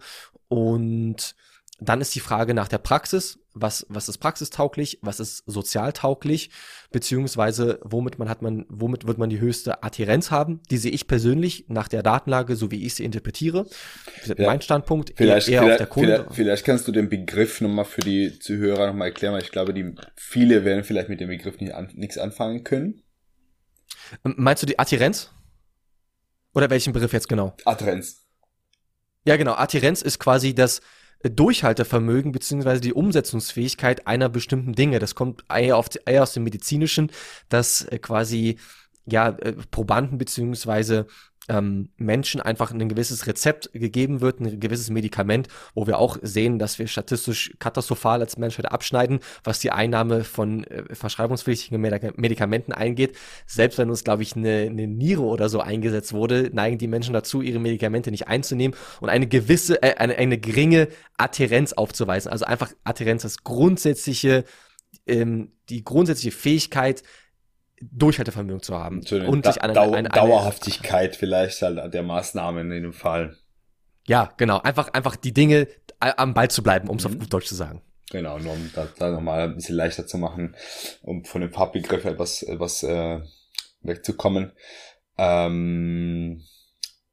[SPEAKER 2] Und dann ist die Frage nach der Praxis. Was, was ist praxistauglich? Was ist sozialtauglich? Beziehungsweise womit man hat man, womit wird man die höchste Adhärenz haben? Die sehe ich persönlich nach der Datenlage, so wie ich sie interpretiere. Ja, mein Standpunkt
[SPEAKER 1] vielleicht,
[SPEAKER 2] eher, eher
[SPEAKER 1] vielleicht,
[SPEAKER 2] auf der Kunde.
[SPEAKER 1] Vielleicht, vielleicht kannst du den Begriff nochmal für die Zuhörer nochmal erklären, weil ich glaube, die viele werden vielleicht mit dem Begriff nicht an, nichts anfangen können.
[SPEAKER 2] Meinst du die Adhärenz? Oder welchen Begriff jetzt genau?
[SPEAKER 1] Adhärenz.
[SPEAKER 2] Ja, genau. Adhärenz ist quasi das Durchhaltevermögen beziehungsweise die Umsetzungsfähigkeit einer bestimmten Dinge. Das kommt eher, auf, eher aus dem Medizinischen, dass äh, quasi ja äh, Probanden beziehungsweise ähm, Menschen einfach ein gewisses Rezept gegeben wird, ein gewisses Medikament, wo wir auch sehen, dass wir statistisch katastrophal als Menschheit abschneiden, was die Einnahme von äh, verschreibungspflichtigen Medik- Medikamenten eingeht. Selbst wenn uns, glaube ich, eine, eine Niere oder so eingesetzt wurde, neigen die Menschen dazu, ihre Medikamente nicht einzunehmen und eine gewisse, äh, eine, eine geringe Adhärenz aufzuweisen. Also einfach Adhärenz, das grundsätzliche, ähm, die grundsätzliche Fähigkeit, Durchhaltevermögen zu haben.
[SPEAKER 1] So eine
[SPEAKER 2] und
[SPEAKER 1] da-
[SPEAKER 2] sich eine,
[SPEAKER 1] Dau-
[SPEAKER 2] eine, eine
[SPEAKER 1] Dauerhaftigkeit vielleicht halt der Maßnahmen in dem Fall.
[SPEAKER 2] Ja, genau. Einfach, einfach die Dinge am Ball zu bleiben, um es
[SPEAKER 1] Mhm.
[SPEAKER 2] auf gut Deutsch zu sagen.
[SPEAKER 1] Genau, nur um das da nochmal ein bisschen leichter zu machen, um von dem Farbbegriff etwas, etwas äh, wegzukommen. Ähm,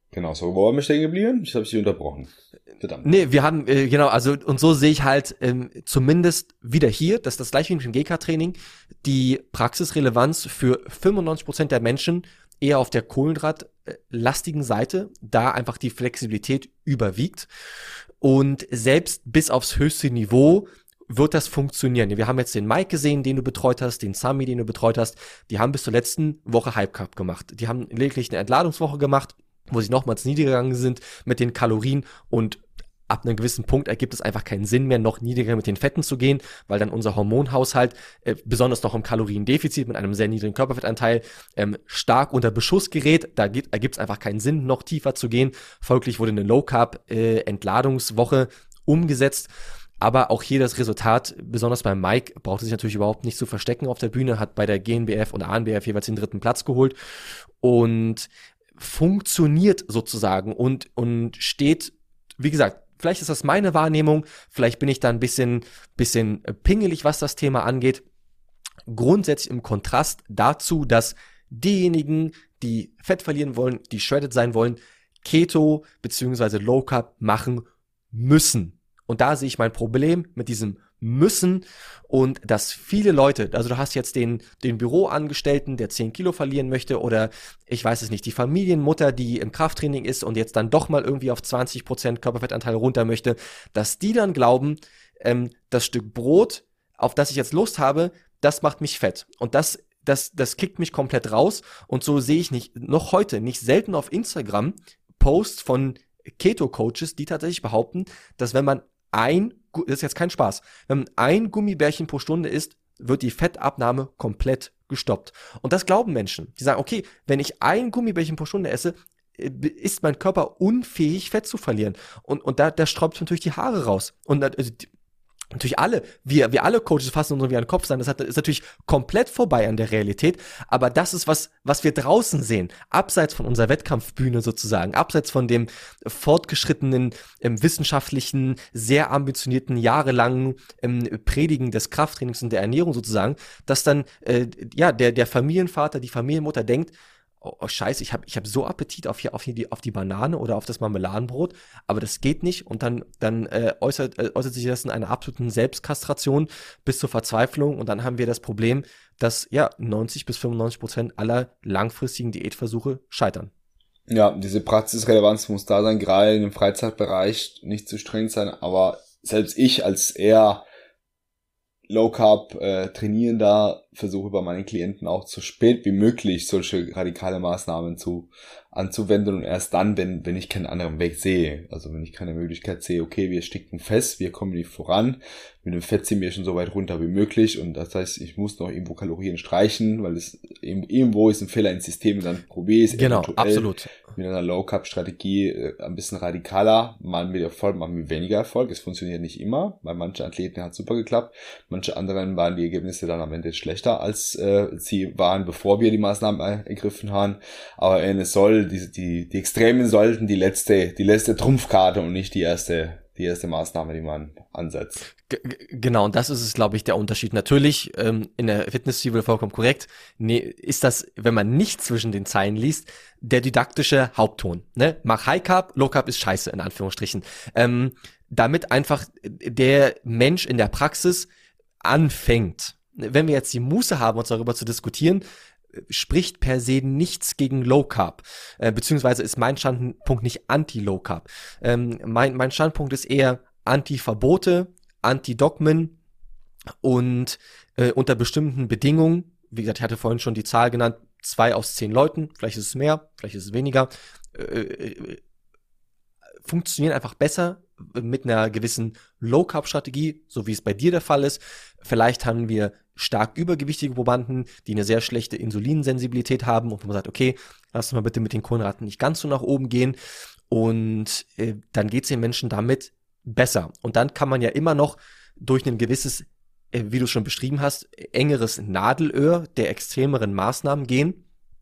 [SPEAKER 1] Genau, so, wo waren wir stehen geblieben? Ich habe Sie unterbrochen. Verdammt.
[SPEAKER 2] Nee, wir haben, äh, genau, also und so sehe ich halt ähm, zumindest wieder hier, dass das gleiche wie im G K-Training, die Praxisrelevanz für fünfundneunzig Prozent der Menschen eher auf der kohlenhydratlastigen Seite, da einfach die Flexibilität überwiegt. Und selbst bis aufs höchste Niveau wird das funktionieren. Wir haben jetzt den Mike gesehen, den du betreut hast, den Sami, den du betreut hast. Die haben bis zur letzten Woche Hype Cup gemacht. Die haben lediglich eine Entladungswoche gemacht, wo sie nochmals niedergegangen sind mit den Kalorien, und ab einem gewissen Punkt ergibt es einfach keinen Sinn mehr, noch niedriger mit den Fetten zu gehen, weil dann unser Hormonhaushalt, äh, besonders noch im Kaloriendefizit mit einem sehr niedrigen Körperfettanteil, ähm, stark unter Beschuss gerät. Da ergibt es einfach keinen Sinn, noch tiefer zu gehen. Folglich wurde eine Low-Carb-Entladungswoche äh, umgesetzt. Aber auch hier das Resultat, besonders beim Mike, brauchte sich natürlich überhaupt nicht zu verstecken auf der Bühne, hat bei der G N B F und A N B F jeweils den dritten Platz geholt und funktioniert sozusagen und, und steht, wie gesagt, vielleicht ist das meine Wahrnehmung, vielleicht bin ich da ein bisschen, bisschen pingelig, was das Thema angeht. Grundsätzlich im Kontrast dazu, dass diejenigen, die Fett verlieren wollen, die shredded sein wollen, Keto bzw. Low Carb machen müssen. Und da sehe ich mein Problem mit diesem müssen, und dass viele Leute, also du hast jetzt den, den Büroangestellten, der zehn Kilo verlieren möchte, oder ich weiß es nicht, die Familienmutter, die im Krafttraining ist und jetzt dann doch mal irgendwie auf zwanzig Prozent Körperfettanteil runter möchte, dass die dann glauben, ähm, das Stück Brot, auf das ich jetzt Lust habe, das macht mich fett. Und das, das, das kickt mich komplett raus. Und so sehe ich nicht, noch heute, nicht selten auf Instagram Posts von Keto-Coaches, die tatsächlich behaupten, dass wenn man ein, das ist jetzt kein Spaß, wenn man ein Gummibärchen pro Stunde isst, wird die Fettabnahme komplett gestoppt. Und das glauben Menschen. Die sagen, okay, wenn ich ein Gummibärchen pro Stunde esse, ist mein Körper unfähig, Fett zu verlieren. Und, und da, da sträubt natürlich die Haare raus. Und also, natürlich alle, wir, wir alle Coaches fassen uns irgendwie an den Kopf sein, das hat, ist natürlich komplett vorbei an der Realität, aber das ist was, was wir draußen sehen, abseits von unserer Wettkampfbühne sozusagen, abseits von dem fortgeschrittenen, ähm, wissenschaftlichen, sehr ambitionierten, jahrelangen ähm, Predigen des Krafttrainings und der Ernährung sozusagen, dass dann, äh, ja, der, der Familienvater, die Familienmutter denkt, oh, oh scheiße, ich habe ich hab so Appetit auf hier auf hier die auf die Banane oder auf das Marmeladenbrot, aber das geht nicht, und dann dann äh, äußert äh, äußert sich das in einer absoluten Selbstkastration bis zur Verzweiflung, und dann haben wir das Problem, dass ja neunzig bis fünfundneunzig Prozent aller langfristigen Diätversuche scheitern.
[SPEAKER 1] Ja, diese Praxisrelevanz muss da sein, gerade in dem Freizeitbereich, nicht zu streng sein, aber selbst ich als eher Low Carb äh, Trainierender versuche bei meinen Klienten auch so spät wie möglich solche radikale Maßnahmen zu anzuwenden, und erst dann, wenn wenn ich keinen anderen Weg sehe, also wenn ich keine Möglichkeit sehe, okay, wir sticken fest, wir kommen nicht voran, mit dem Fett ziehen wir schon so weit runter wie möglich, und das heißt, ich muss noch irgendwo Kalorien streichen, weil es irgendwo ist ein Fehler ins System, und dann probiere ich es
[SPEAKER 2] genau, absolut
[SPEAKER 1] mit einer Low Carb Strategie äh, ein bisschen radikaler, mal mit Erfolg, mal mit weniger Erfolg. Es funktioniert nicht immer, weil manche Athleten hat super geklappt, manche anderen waren die Ergebnisse dann am Ende schlechter, als äh, sie waren, bevor wir die Maßnahmen ergriffen haben. Aber es soll, die, die, die Extremen sollten die letzte, die letzte Trumpfkarte und nicht die erste, die erste Maßnahme, die man ansetzt.
[SPEAKER 2] G- Genau, und das ist es, glaube ich, der Unterschied. Natürlich, ähm, in der Fitness-Zwiebel vollkommen korrekt, nee, ist das, wenn man nicht zwischen den Zeilen liest, der didaktische Hauptton. Ne? Mach High Carb, Low Carb ist scheiße, in Anführungsstrichen. Ähm, damit einfach der Mensch in der Praxis anfängt. Wenn wir jetzt die Muße haben, uns darüber zu diskutieren, spricht per se nichts gegen Low Carb, äh, beziehungsweise ist mein Standpunkt nicht anti-Low Carb. Ähm, mein, mein Standpunkt ist eher Anti-Verbote, Anti-Dogmen und äh, unter bestimmten Bedingungen, wie gesagt, ich hatte vorhin schon die Zahl genannt, zwei aus zehn Leuten, vielleicht ist es mehr, vielleicht ist es weniger, äh, funktionieren einfach besser mit einer gewissen Low-Carb-Strategie, so wie es bei dir der Fall ist. Vielleicht haben wir stark übergewichtige Probanden, die eine sehr schlechte Insulinsensibilität haben, und man sagt, okay, lass uns mal bitte mit den Kohlenhydraten nicht ganz so nach oben gehen, und äh, dann geht es den Menschen damit besser. Und dann kann man ja immer noch durch ein gewisses, äh, wie du schon beschrieben hast, engeres Nadelöhr der extremeren Maßnahmen gehen,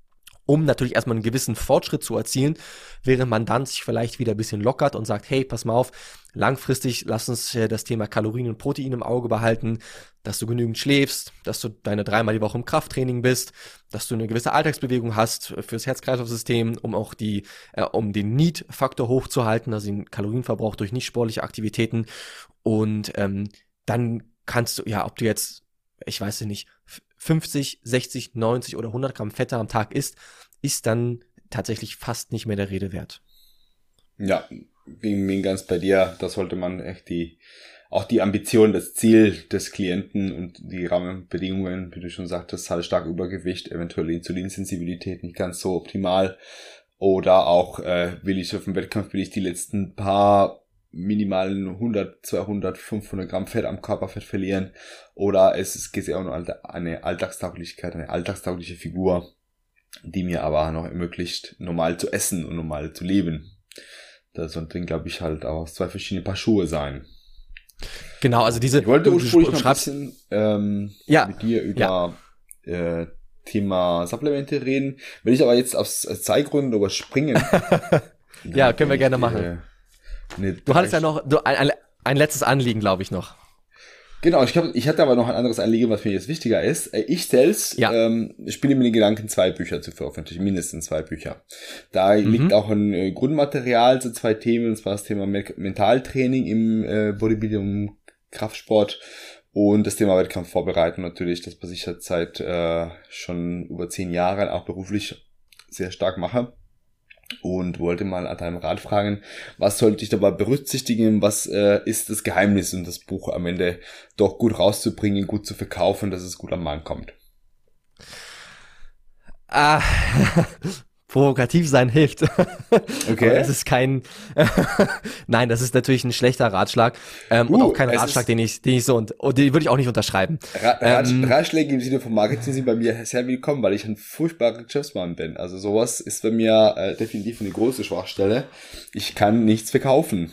[SPEAKER 2] um natürlich erstmal einen gewissen Fortschritt zu erzielen, während man dann sich vielleicht wieder ein bisschen lockert und sagt, hey, pass mal auf, langfristig lass uns äh, das Thema Kalorien und Protein im Auge behalten, dass du genügend schläfst, dass du deine dreimal die Woche im Krafttraining bist, dass du eine gewisse Alltagsbewegung hast fürs Herz-Kreislauf-System, um auch die, äh, um den Need-Faktor hochzuhalten, also den Kalorienverbrauch durch nicht sportliche Aktivitäten. Und ähm, dann kannst du, ja, ob du jetzt, ich weiß nicht, fünfzig, sechzig, neunzig oder hundert Gramm Fette am Tag isst, ist dann tatsächlich fast nicht mehr der Rede wert.
[SPEAKER 1] Ja, bin, bin ganz bei dir. Da sollte man echt die, auch die Ambition, das Ziel des Klienten und die Rahmenbedingungen, wie du schon sagtest, halt stark Übergewicht, eventuell Insulinsensibilität nicht ganz so optimal. Oder auch, äh, will ich auf dem Wettkampf, will ich die letzten paar minimalen hundert, zweihundert, fünfhundert Gramm Fett am Körperfett verlieren, oder es geht ja auch nur eine Alltagstauglichkeit, eine alltagstaugliche Figur, die mir aber noch ermöglicht, normal zu essen und normal zu leben. Das sollten, glaube ich, halt auch zwei verschiedene Paar Schuhe sein.
[SPEAKER 2] Genau, also diese...
[SPEAKER 1] Ich wollte ursprünglich noch ein
[SPEAKER 2] schreibst,
[SPEAKER 1] bisschen ähm, ja, mit dir über ja. äh, Thema Supplemente reden. Will ich aber jetzt aus Zeitgründen überspringen.
[SPEAKER 2] Ja, können wir gerne machen.
[SPEAKER 1] Äh,
[SPEAKER 2] Du hattest ja noch du, ein, ein letztes Anliegen, glaube ich, noch.
[SPEAKER 1] Genau, ich, glaub, ich hatte aber noch ein anderes Anliegen, was mir jetzt wichtiger ist. Ich selbst
[SPEAKER 2] ja.
[SPEAKER 1] ähm, spiele mir den Gedanken, zwei Bücher zu veröffentlichen, mindestens zwei Bücher. Da mhm. liegt auch ein äh, Grundmaterial zu zwei Themen, und zwar das Thema Me- Mentaltraining im äh, Bodybuilding, Kraftsport und das Thema Wettkampf vorbereiten natürlich, das was ich jetzt seit äh, schon über zehn Jahren auch beruflich sehr stark mache. Und wollte mal an deinem Rat fragen, was sollte ich dabei berücksichtigen, was äh, ist das Geheimnis, um das Buch am Ende doch gut rauszubringen, gut zu verkaufen, dass es gut am Mann kommt?
[SPEAKER 2] Ah, provokativ sein hilft.
[SPEAKER 1] Okay.
[SPEAKER 2] Aber es ist kein, nein, das ist natürlich ein schlechter Ratschlag ähm, uh, und auch kein Ratschlag, den ich, den ich so und, und den würde ich auch nicht unterschreiben.
[SPEAKER 1] Ra- Rat- ähm, Ratschläge im Sinne von Marketing sind bei mir sehr willkommen, weil ich ein furchtbarer Geschäftsmann bin. Also sowas ist bei mir äh, definitiv eine große Schwachstelle. Ich kann nichts verkaufen.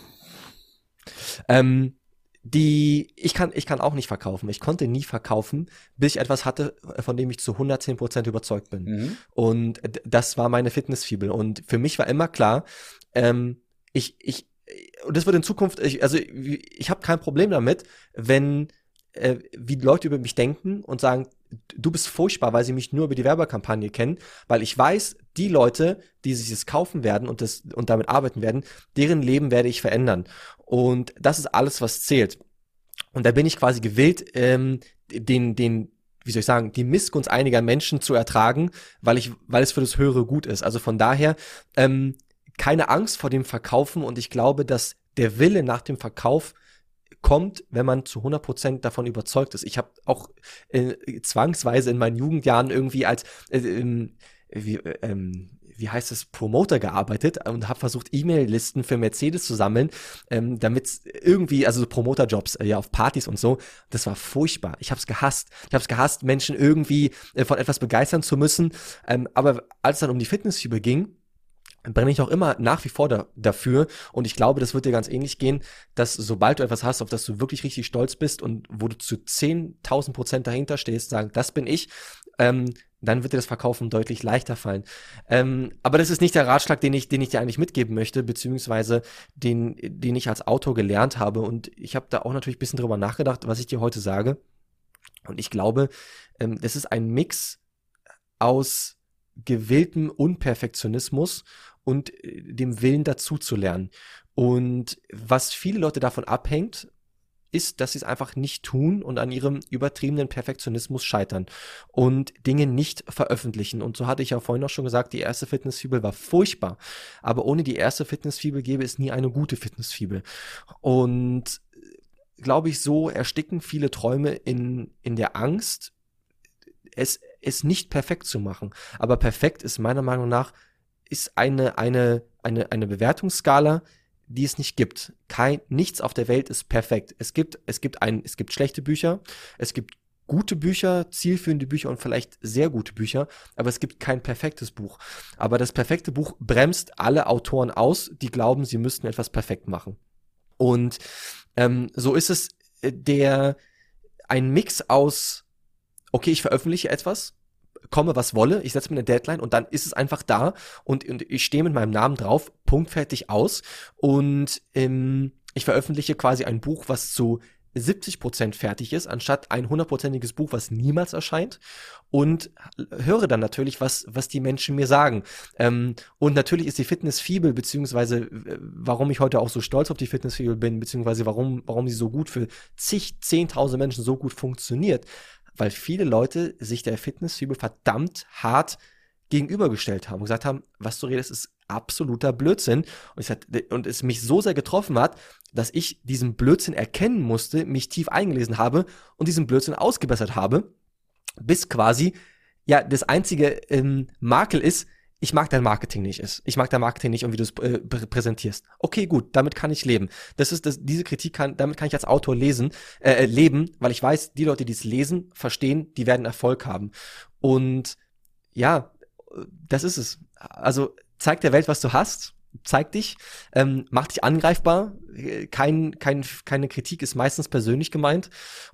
[SPEAKER 2] Ähm, Die, ich kann, ich kann auch nicht verkaufen. Ich konnte nie verkaufen, bis ich etwas hatte, von dem ich zu hundertzehn Prozent überzeugt bin. Mhm. Und das war meine Fitnessfibel. Und für mich war immer klar, ähm, ich, ich, und das wird in Zukunft, ich, also ich, ich habe kein Problem damit, wenn, äh, wie Leute über mich denken und sagen, du bist furchtbar, weil sie mich nur über die Werbekampagne kennen, weil ich weiß, die Leute, die sich das kaufen werden und das und damit arbeiten werden, deren Leben werde ich verändern. Und das ist alles, was zählt. Und da bin ich quasi gewillt, ähm, den, den, wie soll ich sagen, die Missgunst einiger Menschen zu ertragen, weil ich, weil es für das höhere Gut ist. Also von daher ähm, keine Angst vor dem Verkaufen, und ich glaube, dass der Wille nach dem Verkauf kommt, wenn man zu hundert Prozent davon überzeugt ist. Ich habe auch äh, zwangsweise in meinen Jugendjahren irgendwie als äh, ähm, wie, ähm, wie heißt es, Promoter gearbeitet und habe versucht, E-Mail-Listen für Mercedes zu sammeln, ähm, damit irgendwie, also so Promoter-Jobs äh, ja auf Partys und so. Das war furchtbar. Ich habe es gehasst. Ich habe es gehasst, Menschen irgendwie äh, von etwas begeistern zu müssen. Ähm, aber als es dann um die Fitnessfibel ging, brenne ich auch immer nach wie vor da, dafür, und ich glaube, das wird dir ganz ähnlich gehen, dass sobald du etwas hast, auf das du wirklich richtig stolz bist und wo du zu zehntausend Prozent dahinter stehst, sagen, das bin ich, ähm, dann wird dir das Verkaufen deutlich leichter fallen. Ähm, aber das ist nicht der Ratschlag, den ich, den ich dir eigentlich mitgeben möchte, beziehungsweise den, den ich als Autor gelernt habe, und ich habe da auch natürlich ein bisschen drüber nachgedacht, was ich dir heute sage, und ich glaube, ähm, das ist ein Mix aus gewilltem Unperfektionismus und dem Willen dazu zu lernen. Und was viele Leute davon abhängt, ist, dass sie es einfach nicht tun und an ihrem übertriebenen Perfektionismus scheitern und Dinge nicht veröffentlichen. Und so hatte ich ja vorhin auch schon gesagt, die erste Fitnessfibel war furchtbar. Aber ohne die erste Fitnessfibel gäbe es nie eine gute Fitnessfibel. Und glaube ich, so ersticken viele Träume in, in der Angst, es, es nicht perfekt zu machen. Aber perfekt ist meiner Meinung nach ist eine, eine, eine, eine Bewertungsskala, die es nicht gibt. Kein, nichts auf der Welt ist perfekt. Es gibt, es gibt ein, es gibt schlechte Bücher, es gibt gute Bücher, zielführende Bücher und vielleicht sehr gute Bücher, aber es gibt kein perfektes Buch. Aber das perfekte Buch bremst alle Autoren aus, die glauben, sie müssten etwas perfekt machen. Und ähm, so ist es der, ein Mix aus, okay, ich veröffentliche etwas, komme, was wolle, ich setze mir eine Deadline und dann ist es einfach da und, und ich stehe mit meinem Namen drauf, Punkt, fertig, aus und ähm, ich veröffentliche quasi ein Buch, was zu siebzig Prozent fertig ist, anstatt ein hundertprozentiges Buch, was niemals erscheint und höre dann natürlich, was, was die Menschen mir sagen. Ähm, und natürlich ist die Fitness-Fibel, beziehungsweise äh, warum ich heute auch so stolz auf die Fitness-Fibel bin, beziehungsweise warum, warum sie so gut für zig, zehntausend Menschen so gut funktioniert, weil viele Leute sich der Fitness-Fibel verdammt hart gegenübergestellt haben und gesagt haben, was du redest, ist absoluter Blödsinn. Und es, hat, und es mich so sehr getroffen hat, dass ich diesen Blödsinn erkennen musste, mich tief eingelesen habe und diesen Blödsinn ausgebessert habe, bis quasi, ja, das einzige ähm, Makel ist, ich mag dein Marketing nicht ist. Ich mag dein Marketing nicht und wie du es äh, prä- präsentierst. Okay, gut, damit kann ich leben. Das ist das, diese Kritik kann, damit kann ich als Autor lesen, äh, leben, weil ich weiß, die Leute, die es lesen, verstehen, die werden Erfolg haben. Und ja, das ist es. Also zeig der Welt, was du hast, zeig dich, ähm, mach dich angreifbar. Kein, kein, keine Kritik ist meistens persönlich gemeint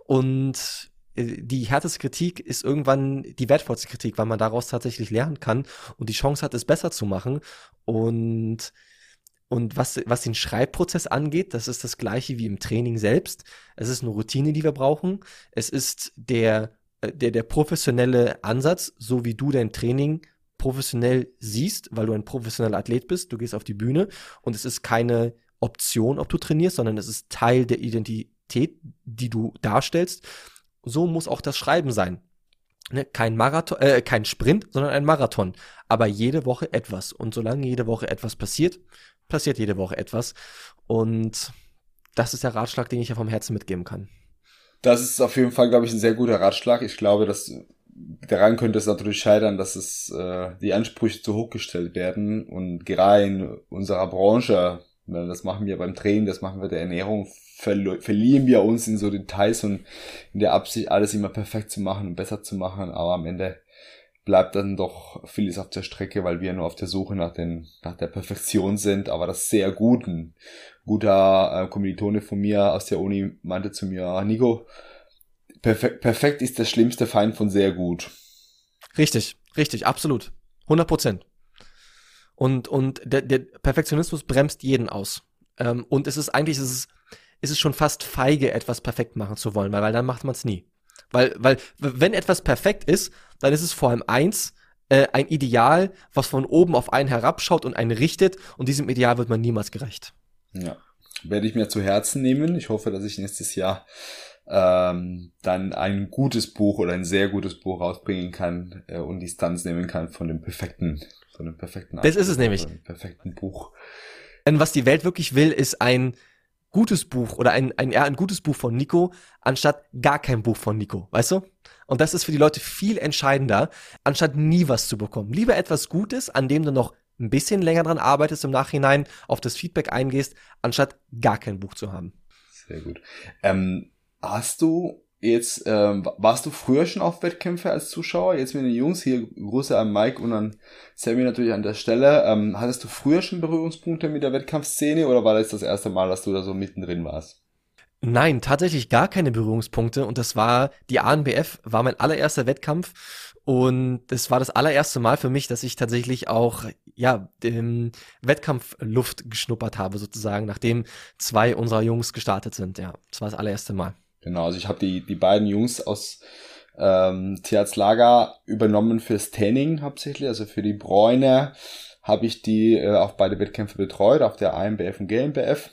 [SPEAKER 2] und äh, die härteste Kritik ist irgendwann die wertvollste Kritik, weil man daraus tatsächlich lernen kann und die Chance hat, es besser zu machen. Und und was, was den Schreibprozess angeht, das ist das Gleiche wie im Training selbst. Es ist eine Routine, die wir brauchen. Es ist der, äh, der, der professionelle Ansatz, so wie du dein Training professionell siehst, weil du ein professioneller Athlet bist, du gehst auf die Bühne und es ist keine Option, ob du trainierst, sondern es ist Teil der Identität, die du darstellst. So muss auch das Schreiben sein. Ne? Kein Marathon, äh, kein Sprint, sondern ein Marathon. Aber jede Woche etwas. Und solange jede Woche etwas passiert, passiert jede Woche etwas. Und das ist der Ratschlag, den ich ja vom Herzen mitgeben kann.
[SPEAKER 1] Das ist auf jeden Fall, glaube ich, ein sehr guter Ratschlag. Ich glaube, dass daran könnte es natürlich scheitern, dass es äh, die Ansprüche zu hoch gestellt werden und gerade in unserer Branche, das machen wir beim Training, das machen wir der Ernährung, verlo- verlieren wir uns in so Details und in der Absicht, alles immer perfekt zu machen und besser zu machen, aber am Ende bleibt dann doch vieles auf der Strecke, weil wir nur auf der Suche nach den nach der Perfektion sind, aber das sehr gut. Ein guter äh, Kommilitone von mir aus der Uni meinte zu mir, ah, Nico, Perfekt, perfekt ist der schlimmste Feind von sehr gut.
[SPEAKER 2] Richtig, richtig, absolut. hundert Prozent. Und, und der, der Perfektionismus bremst jeden aus. Ähm, und es ist eigentlich, es ist, es ist schon fast feige, etwas perfekt machen zu wollen, weil, weil dann macht man es nie. Weil, weil, wenn etwas perfekt ist, dann ist es vor allem eins, äh, ein Ideal, was von oben auf einen herabschaut und einen richtet, und diesem Ideal wird man niemals gerecht.
[SPEAKER 1] Ja, werde ich mir zu Herzen nehmen. Ich hoffe, dass ich nächstes Jahr ähm, dann ein gutes Buch oder ein sehr gutes Buch rausbringen kann äh, und Distanz nehmen kann von dem perfekten, von dem perfekten
[SPEAKER 2] Das ist es nämlich.
[SPEAKER 1] Von dem perfekten Buch.
[SPEAKER 2] Denn was die Welt wirklich will, ist ein gutes Buch oder ein, ein, ja, ein gutes Buch von Nico, anstatt gar kein Buch von Nico, weißt du? Und das ist für die Leute viel entscheidender, anstatt nie was zu bekommen. Lieber etwas Gutes, an dem du noch ein bisschen länger dran arbeitest, im Nachhinein auf das Feedback eingehst, anstatt gar kein Buch zu haben.
[SPEAKER 1] Sehr gut. Ähm, hast du jetzt, ähm, warst du früher schon auf Wettkämpfe als Zuschauer? Jetzt mit den Jungs, hier Grüße an Mike und an Sammy natürlich an der Stelle. Ähm, hattest du früher schon Berührungspunkte mit der Wettkampfszene oder war das das erste Mal, dass du da so mittendrin warst?
[SPEAKER 2] Nein, tatsächlich gar keine Berührungspunkte, und das war, die A N B F war mein allererster Wettkampf und das war das allererste Mal für mich, dass ich tatsächlich auch, ja, ähm, Wettkampfluft geschnuppert habe sozusagen, nachdem zwei unserer Jungs gestartet sind, ja, das war das allererste Mal.
[SPEAKER 1] Genau, also ich habe die die beiden Jungs aus ähm, Tierz Lager übernommen fürs Tanning hauptsächlich, also für die Bräune habe ich die äh, auf beide Wettkämpfe betreut, auf der A N B F und G N B F.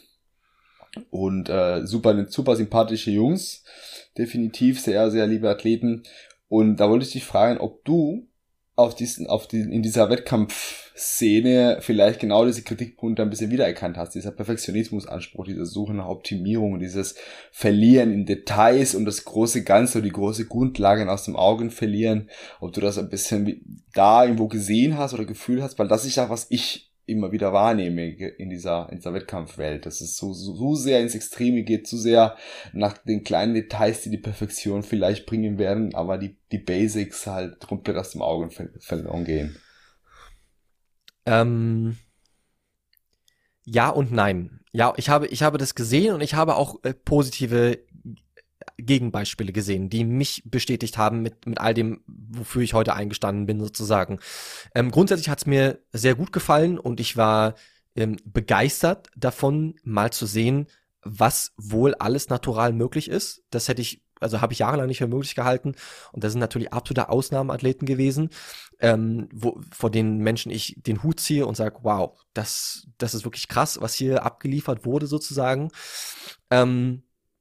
[SPEAKER 1] Und äh, super, super sympathische Jungs, definitiv sehr, sehr liebe Athleten. Und da wollte ich dich fragen, ob du auf diesen, auf die, in dieser Wettkampfszene vielleicht genau diese Kritikpunkte ein bisschen wiedererkannt hast. Dieser Perfektionismusanspruch, diese Suche nach Optimierung und dieses Verlieren in Details und das große Ganze und die große Grundlagen aus dem Augen verlieren. Ob du das ein bisschen da irgendwo gesehen hast oder Gefühl hast, weil das ist ja, was ich immer wieder wahrnehme in dieser, in dieser Wettkampfwelt, dass es so, so, so sehr ins Extreme geht, zu sehr nach den kleinen Details, die die Perfektion vielleicht bringen werden, aber die, die Basics halt komplett aus dem Auge verloren gehen.
[SPEAKER 2] Ähm, ja und nein. Ja, ich habe, ich habe das gesehen und ich habe auch äh, positive Gegenbeispiele gesehen, die mich bestätigt haben mit, mit all dem, wofür ich heute eingestanden bin, sozusagen. Ähm, grundsätzlich hat es mir sehr gut gefallen und ich war ähm, begeistert davon, mal zu sehen, was wohl alles natural möglich ist. Das hätte ich, also habe ich jahrelang nicht für möglich gehalten. Und das sind natürlich absolute Ausnahmeathleten gewesen, ähm, wo, vor denen Menschen ich den Hut ziehe und sage, wow, das, das ist wirklich krass, was hier abgeliefert wurde sozusagen. Ähm,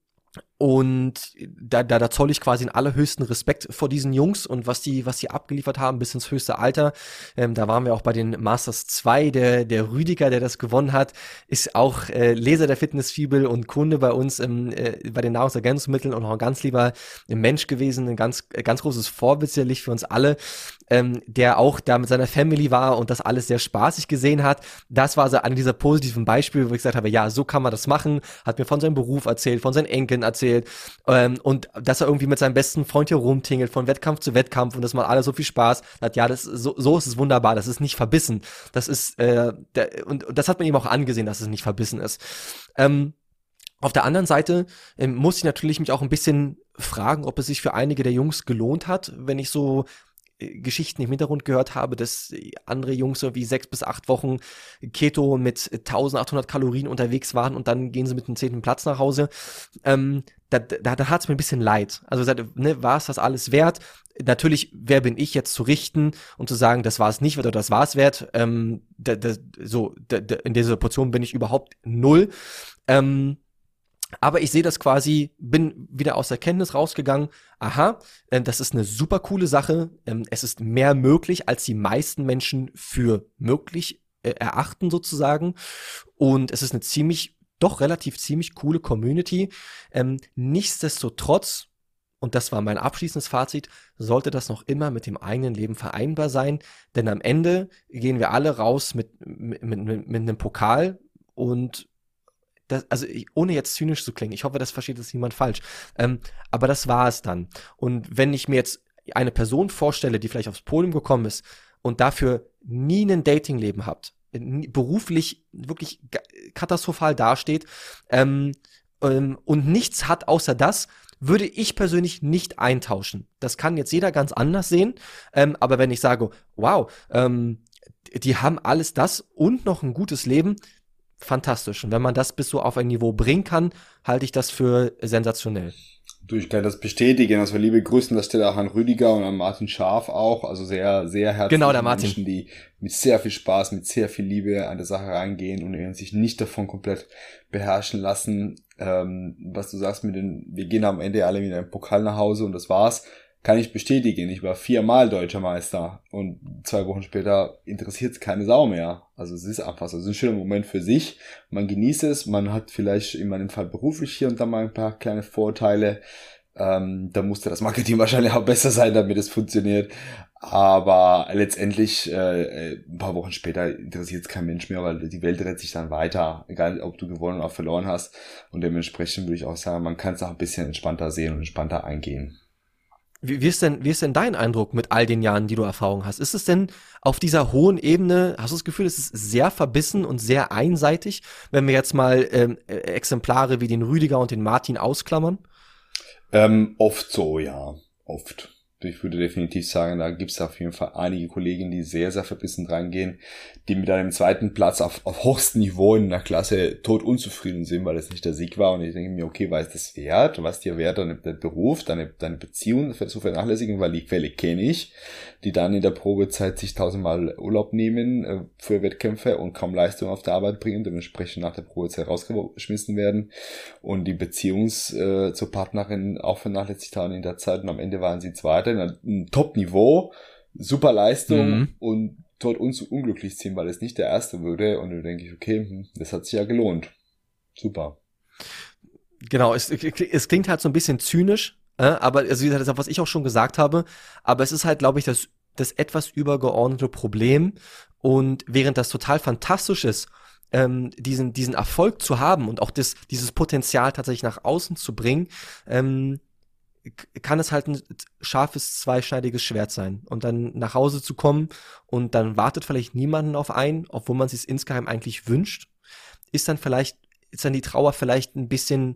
[SPEAKER 2] Und da, da, da zoll ich quasi den allerhöchsten Respekt vor diesen Jungs und was die, was die abgeliefert haben bis ins höchste Alter. Ähm, da waren wir auch bei den Masters zwei. Der, der Rüdiger, der das gewonnen hat, ist auch äh, Leser der Fitnessfibel und Kunde bei uns im, äh, bei den Nahrungsergänzungsmitteln und auch ein ganz lieber Mensch gewesen, ein ganz, ganz großes Vorbild sicherlich für uns alle, ähm, der auch da mit seiner Family war und das alles sehr spaßig gesehen hat. Das war so einer dieser positiven Beispiele, wo ich gesagt habe, ja, so kann man das machen. Hat mir von seinem Beruf erzählt, von seinen Enkeln erzählt, ähm, und dass er irgendwie mit seinem besten Freund hier rumtingelt, von Wettkampf zu Wettkampf und das macht alles so viel Spaß. Hat, ja, das so, so ist es wunderbar, das ist nicht verbissen. Das ist, äh, der, und, und das hat man ihm auch angesehen, dass es nicht verbissen ist. Ähm, auf der anderen Seite ähm, muss ich natürlich mich auch ein bisschen fragen, ob es sich für einige der Jungs gelohnt hat, wenn ich so Geschichten im Hintergrund gehört habe, dass andere Jungs so wie sechs bis acht Wochen Keto mit eintausendachthundert Kalorien unterwegs waren und dann gehen sie mit dem zehnten Platz nach Hause. Ähm, da da, da hat es mir ein bisschen leid. Also ne, war es das alles wert? Natürlich, wer bin ich jetzt zu richten und zu sagen, das war es nicht wert oder das war es wert? Ähm, da, da, so da, da, in dieser Situation bin ich überhaupt null. Ähm, Aber ich sehe das quasi, bin wieder aus der Kenntnis rausgegangen, aha, äh, das ist eine super coole Sache, ähm, es ist mehr möglich, als die meisten Menschen für möglich äh, erachten sozusagen und es ist eine ziemlich, doch relativ ziemlich coole Community. Ähm, nichtsdestotrotz, und das war mein abschließendes Fazit, sollte das noch immer mit dem eigenen Leben vereinbar sein, denn am Ende gehen wir alle raus mit, mit, mit, mit einem Pokal und das, also ich, ohne jetzt zynisch zu klingen, ich hoffe, das versteht jetzt niemand falsch, ähm, aber das war es dann. Und wenn ich mir jetzt eine Person vorstelle, die vielleicht aufs Podium gekommen ist und dafür nie ein Datingleben hat, beruflich wirklich katastrophal dasteht ähm, ähm, und nichts hat außer das, würde ich persönlich nicht eintauschen. Das kann jetzt jeder ganz anders sehen, ähm, aber wenn ich sage, wow, ähm, die haben alles das und noch ein gutes Leben, fantastisch. Und wenn man das bis so auf ein Niveau bringen kann, halte ich das für sensationell.
[SPEAKER 1] Du, ich kann das bestätigen. Also liebe Grüßen, das steht auch an Rüdiger und an Martin Scharf auch. Also sehr, sehr herzliche
[SPEAKER 2] genau, der Martin.
[SPEAKER 1] Menschen, die mit sehr viel Spaß, mit sehr viel Liebe an der Sache reingehen und sich nicht davon komplett beherrschen lassen. Ähm, was du sagst mit den, wir gehen am Ende alle mit einem Pokal nach Hause und das war's. Kann ich bestätigen. Ich war viermal Deutscher Meister und zwei Wochen später interessiert es keine Sau mehr. Also es ist einfach so. Es ist ein schöner Moment für sich. Man genießt es. Man hat vielleicht in meinem Fall beruflich hier und da mal ein paar kleine Vorteile. Ähm, da musste das Marketing wahrscheinlich auch besser sein, damit es funktioniert. Aber letztendlich, äh, ein paar Wochen später interessiert es kein Mensch mehr, weil die Welt dreht sich dann weiter. Egal, ob du gewonnen oder verloren hast. Und dementsprechend würde ich auch sagen, man kann es auch ein bisschen entspannter sehen und entspannter eingehen.
[SPEAKER 2] Wie, wie, ist denn, wie ist denn dein Eindruck mit all den Jahren, die du Erfahrung hast? Ist es denn auf dieser hohen Ebene, hast du das Gefühl, es ist sehr verbissen und sehr einseitig, wenn wir jetzt mal ähm, Exemplare wie den Rüdiger und den Martin ausklammern?
[SPEAKER 1] Ähm, oft so, ja. Oft. Ich würde definitiv sagen, da gibt es auf jeden Fall einige Kollegen, die sehr, sehr verbissen reingehen, die mit einem zweiten Platz auf, auf hochstem Niveau in der Klasse tot unzufrieden sind, weil es nicht der Sieg war. Und ich denke mir, okay, was ist das wert? Was dir wert, dein Beruf, deine, deine Beziehung zu vernachlässigen, weil die Fälle kenne ich, die dann in der Probezeit sich tausendmal Urlaub nehmen äh, für Wettkämpfe und kaum Leistung auf der Arbeit bringen, dementsprechend nach der Probezeit rausgeschmissen werden und die Beziehungs äh, zur Partnerin auch vernachlässigt haben in der Zeit und am Ende waren sie Zweiter in einem Top-Niveau, super Leistung mhm. und dort uns unglücklich ziehen, weil es nicht der Erste würde und dann denke ich, okay, das hat sich ja gelohnt. Super.
[SPEAKER 2] Genau, es, es klingt halt so ein bisschen zynisch, äh, aber also wie gesagt, das ist auch, was ich auch schon gesagt habe, aber es ist halt, glaube ich, das, das etwas übergeordnete Problem und während das total fantastisch ist, ähm, diesen, diesen Erfolg zu haben und auch das, dieses Potenzial tatsächlich nach außen zu bringen, ähm, kann es halt ein scharfes, zweischneidiges Schwert sein. Und dann nach Hause zu kommen und dann wartet vielleicht niemanden auf einen, obwohl man es sich insgeheim eigentlich wünscht, ist dann vielleicht, ist dann die Trauer vielleicht ein bisschen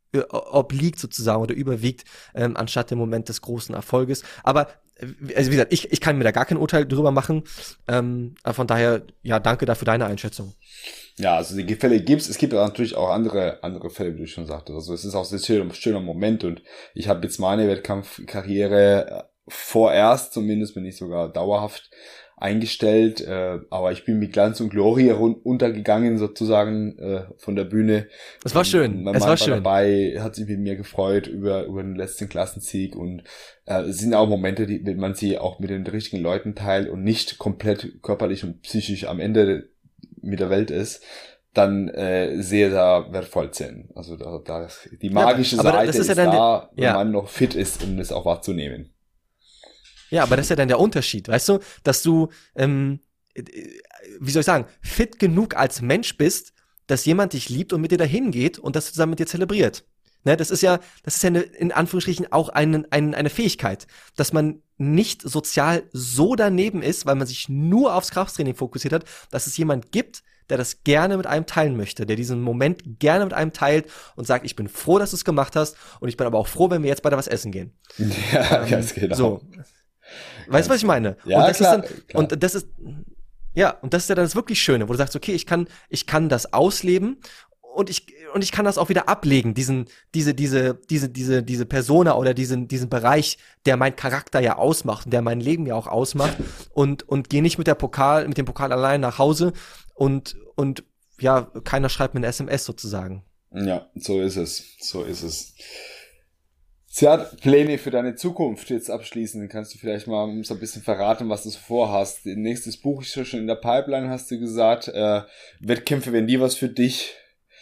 [SPEAKER 2] äh, obliegt sozusagen oder überwiegt, ähm, anstatt dem Moment des großen Erfolges. Aber also wie gesagt, ich, ich kann mir da gar kein Urteil drüber machen. Ähm, von daher, ja, danke dafür deine Einschätzung.
[SPEAKER 1] Ja, also die Fälle gibt's. Es gibt aber natürlich auch andere andere Fälle, wie du schon sagtest. Also es ist auch so ein schöner, schöner Moment und ich habe jetzt meine Wettkampfkarriere vorerst, zumindest bin ich sogar dauerhaft eingestellt, äh, aber ich bin mit Glanz und Gloria run- untergegangen sozusagen äh, von der Bühne.
[SPEAKER 2] Es war schön,
[SPEAKER 1] Mein
[SPEAKER 2] es
[SPEAKER 1] Mann
[SPEAKER 2] war schön.
[SPEAKER 1] dabei, hat sich mit mir gefreut über über den letzten Klassensieg und äh, es sind auch Momente, die, wenn man sie auch mit den richtigen Leuten teilt und nicht komplett körperlich und psychisch am Ende mit der Welt ist, dann äh, sehr, sehr wertvoll sind. Also da, da die magische
[SPEAKER 2] ja, aber
[SPEAKER 1] Seite
[SPEAKER 2] das ist,
[SPEAKER 1] ist
[SPEAKER 2] ja dann
[SPEAKER 1] da,
[SPEAKER 2] der,
[SPEAKER 1] wenn
[SPEAKER 2] ja.
[SPEAKER 1] man noch fit ist, um es auch wahrzunehmen.
[SPEAKER 2] Ja, aber das ist ja dann der Unterschied, weißt du, dass du, ähm, wie soll ich sagen, fit genug als Mensch bist, dass jemand dich liebt und mit dir dahin geht und das zusammen mit dir zelebriert. Ne, das ist ja, das ist ja eine, in Anführungsstrichen auch eine, eine, eine Fähigkeit, dass man nicht sozial so daneben ist, weil man sich nur aufs Krafttraining fokussiert hat, dass es jemand gibt, der das gerne mit einem teilen möchte, der diesen Moment gerne mit einem teilt und sagt, ich bin froh, dass du es gemacht hast und ich bin aber auch froh, wenn wir jetzt beide was essen gehen.
[SPEAKER 1] Ja,
[SPEAKER 2] ähm,
[SPEAKER 1] ganz genau.
[SPEAKER 2] So. Weißt du, was ich meine?
[SPEAKER 1] Ja,
[SPEAKER 2] und das
[SPEAKER 1] klar,
[SPEAKER 2] ist dann,
[SPEAKER 1] klar.
[SPEAKER 2] und das ist, ja, und das ist ja dann das wirklich Schöne, wo du sagst, okay, ich kann, ich kann das ausleben und ich, und ich kann das auch wieder ablegen, diesen, diese, diese, diese, diese, diese Persona oder diesen, diesen Bereich, der mein Charakter ja ausmacht und der mein Leben ja auch ausmacht und, und gehe nicht mit der Pokal, mit dem Pokal allein nach Hause und, und, ja, keiner schreibt mir eine S M S sozusagen.
[SPEAKER 1] Ja, so ist es, so ist es. Sie hat Pläne für deine Zukunft jetzt abschließend. Kannst du vielleicht mal so ein bisschen verraten, was du so vorhast? Nächstes Buch ist ja schon in der Pipeline, hast du gesagt. Äh, Wettkämpfe wären die was für dich?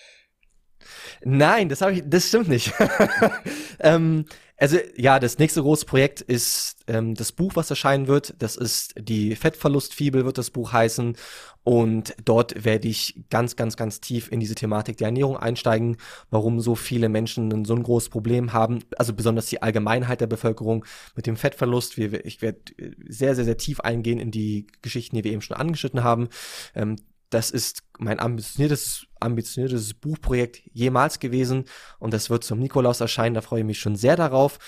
[SPEAKER 2] Nein, das habe ich, das stimmt nicht. ähm, also ja, das nächste große Projekt ist ähm, das Buch, was erscheinen wird. Das ist die Fettverlustfibel, wird das Buch heißen. Und dort werde ich ganz, ganz, ganz tief in diese Thematik der Ernährung einsteigen, warum so viele Menschen so ein großes Problem haben, also besonders die Allgemeinheit der Bevölkerung mit dem Fettverlust. Wir, ich werde sehr, sehr, sehr tief eingehen in die Geschichten, die wir eben schon angeschnitten haben. Ähm, Das ist mein ambitioniertes, ambitioniertes Buchprojekt jemals gewesen und das wird zum Nikolaus erscheinen, da freue ich mich schon sehr darauf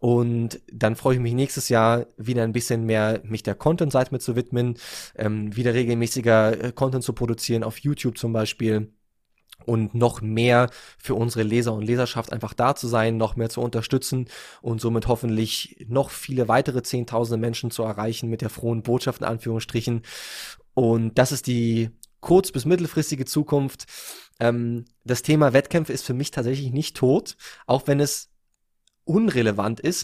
[SPEAKER 2] und dann freue ich mich nächstes Jahr wieder ein bisschen mehr mich der Content-Seite mit zu widmen, ähm, wieder regelmäßiger äh, Content zu produzieren, auf YouTube zum Beispiel und noch mehr für unsere Leser und Leserschaft einfach da zu sein, noch mehr zu unterstützen und somit hoffentlich noch viele weitere zehntausende Menschen zu erreichen mit der frohen Botschaft in Anführungsstrichen und das ist die kurz- bis mittelfristige Zukunft. Ähm, das Thema Wettkämpfe ist für mich tatsächlich nicht tot, auch wenn es unrelevant ist.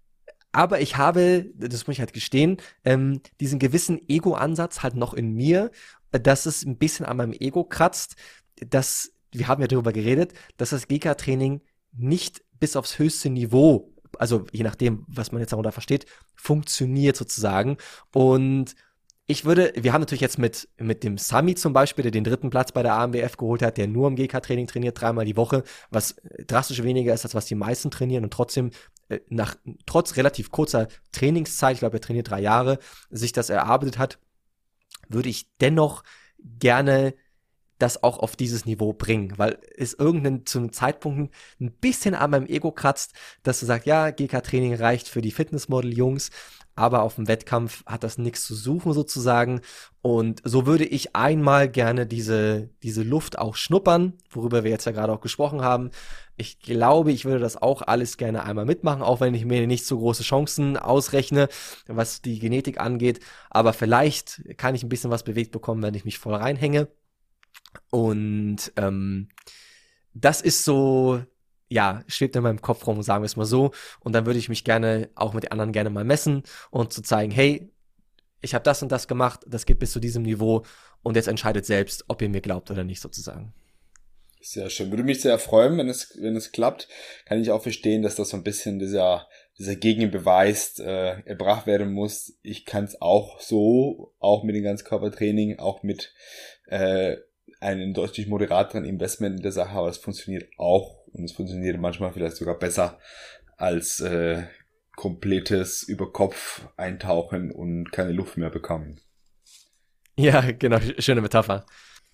[SPEAKER 2] Aber ich habe, das muss ich halt gestehen, ähm, diesen gewissen Ego-Ansatz halt noch in mir, dass es ein bisschen an meinem Ego kratzt, dass, wir haben ja darüber geredet, dass das G K-Training nicht bis aufs höchste Niveau, also je nachdem, was man jetzt darunter versteht, funktioniert sozusagen. Und ich würde, wir haben natürlich jetzt mit, mit dem Sami zum Beispiel, der den dritten Platz bei der A M B F geholt hat, der nur im G K-Training trainiert, dreimal die Woche, was drastisch weniger ist, als was die meisten trainieren und trotzdem äh, nach, trotz relativ kurzer Trainingszeit, ich glaube, er trainiert drei Jahre, sich das erarbeitet hat, würde ich dennoch gerne das auch auf dieses Niveau bringen, weil es irgendeinen zu einem Zeitpunkt ein bisschen an meinem Ego kratzt, dass du sagst, ja, G K-Training reicht für die Fitnessmodel-Jungs, aber auf dem Wettkampf hat das nichts zu suchen sozusagen und so würde ich einmal gerne diese, diese Luft auch schnuppern, worüber wir jetzt ja gerade auch gesprochen haben. Ich glaube, ich würde das auch alles gerne einmal mitmachen, auch wenn ich mir nicht so große Chancen ausrechne, was die Genetik angeht, aber vielleicht kann ich ein bisschen was bewegt bekommen, wenn ich mich voll reinhänge. Und ähm, das ist so, ja, schwebt in meinem Kopf rum, sagen wir es mal so. Und dann würde ich mich gerne auch mit den anderen gerne mal messen und zu zeigen, hey, ich habe das und das gemacht, das geht bis zu diesem Niveau und jetzt entscheidet selbst, ob ihr mir glaubt oder nicht sozusagen.
[SPEAKER 1] Sehr schön. Würde mich sehr freuen, wenn es, wenn es klappt. Kann ich auch verstehen, dass das so ein bisschen dieser, dieser Gegenbeweis äh, erbracht werden muss. Ich kann es auch so, auch mit dem Ganzkörpertraining, auch mit äh, einem deutlich moderateren Investment in der Sache, aber es funktioniert auch und es funktioniert manchmal vielleicht sogar besser als äh, komplettes über Kopf eintauchen und keine Luft mehr bekommen.
[SPEAKER 2] Ja, genau, schöne Metapher.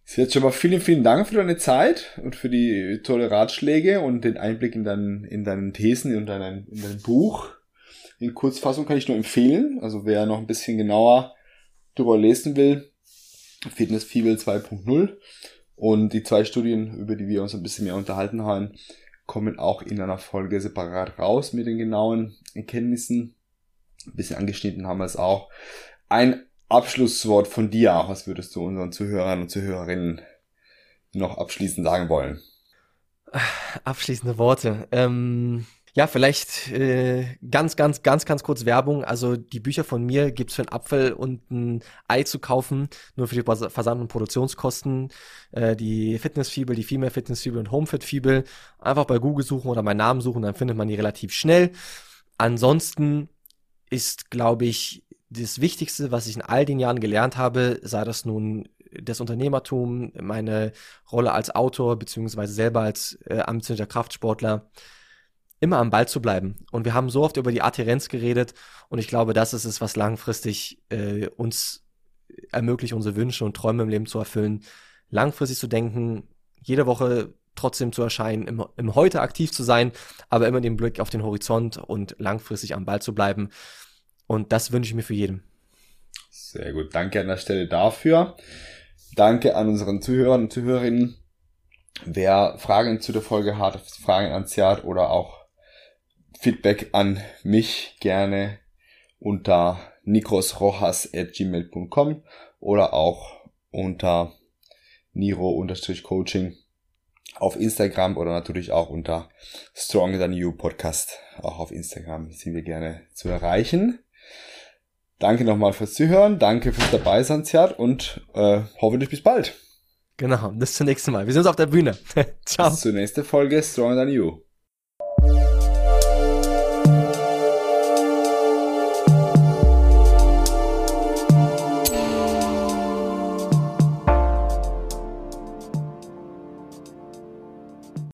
[SPEAKER 1] Jetzt schon mal vielen, vielen Dank für deine Zeit und für die tolle Ratschläge und den Einblick in deinen, in deinen Thesen und dein, in dein Buch. In Kurzfassung kann ich nur empfehlen. Also wer noch ein bisschen genauer darüber lesen will, Fitnessfibel zwei Punkt null und die zwei Studien, über die wir uns ein bisschen mehr unterhalten haben, kommen auch in einer Folge separat raus mit den genauen Erkenntnissen. Ein bisschen angeschnitten haben wir es auch. Ein Abschlusswort von dir. Was würdest du unseren Zuhörern und Zuhörerinnen noch abschließend sagen wollen?
[SPEAKER 2] Abschließende Worte. Ähm, ja, vielleicht äh, ganz, ganz, ganz, ganz kurz Werbung. Also die Bücher von mir gibt's für einen Apfel und ein Ei zu kaufen, nur für die Versand- und Produktionskosten. Äh, die Fitnessfibel, die Female Fitnessfibel und Homefit-Fibel. Einfach bei Google suchen oder meinen Namen suchen, dann findet man die relativ schnell. Ansonsten ist, glaube ich, das Wichtigste, was ich in all den Jahren gelernt habe, sei das nun das Unternehmertum, meine Rolle als Autor, beziehungsweise selber als äh, ambitionierter Kraftsportler, immer am Ball zu bleiben. Und wir haben so oft über die Adhärenz geredet und ich glaube, das ist es, was langfristig äh, uns ermöglicht, unsere Wünsche und Träume im Leben zu erfüllen, langfristig zu denken, jede Woche trotzdem zu erscheinen, im, im Heute aktiv zu sein, aber immer den Blick auf den Horizont und langfristig am Ball zu bleiben. Und das wünsche ich mir für jeden.
[SPEAKER 1] Sehr gut. Danke an der Stelle dafür. Danke an unseren Zuhörern und Zuhörerinnen. Wer Fragen zu der Folge hat, Fragen an Ziad oder auch Feedback an mich, gerne unter nikrosrojas at gmail punkt com oder auch unter niro-coaching auf Instagram oder natürlich auch unter Stronger Than You Podcast. Auch auf Instagram sind wir gerne zu erreichen. Danke nochmal fürs Zuhören, danke fürs Dabeisein, Ziad, und äh, hoffentlich bis bald.
[SPEAKER 2] Genau, bis zum nächsten Mal. Wir sehen uns auf der Bühne. Ciao.
[SPEAKER 1] Bis zur nächsten Folge Stronger Than You.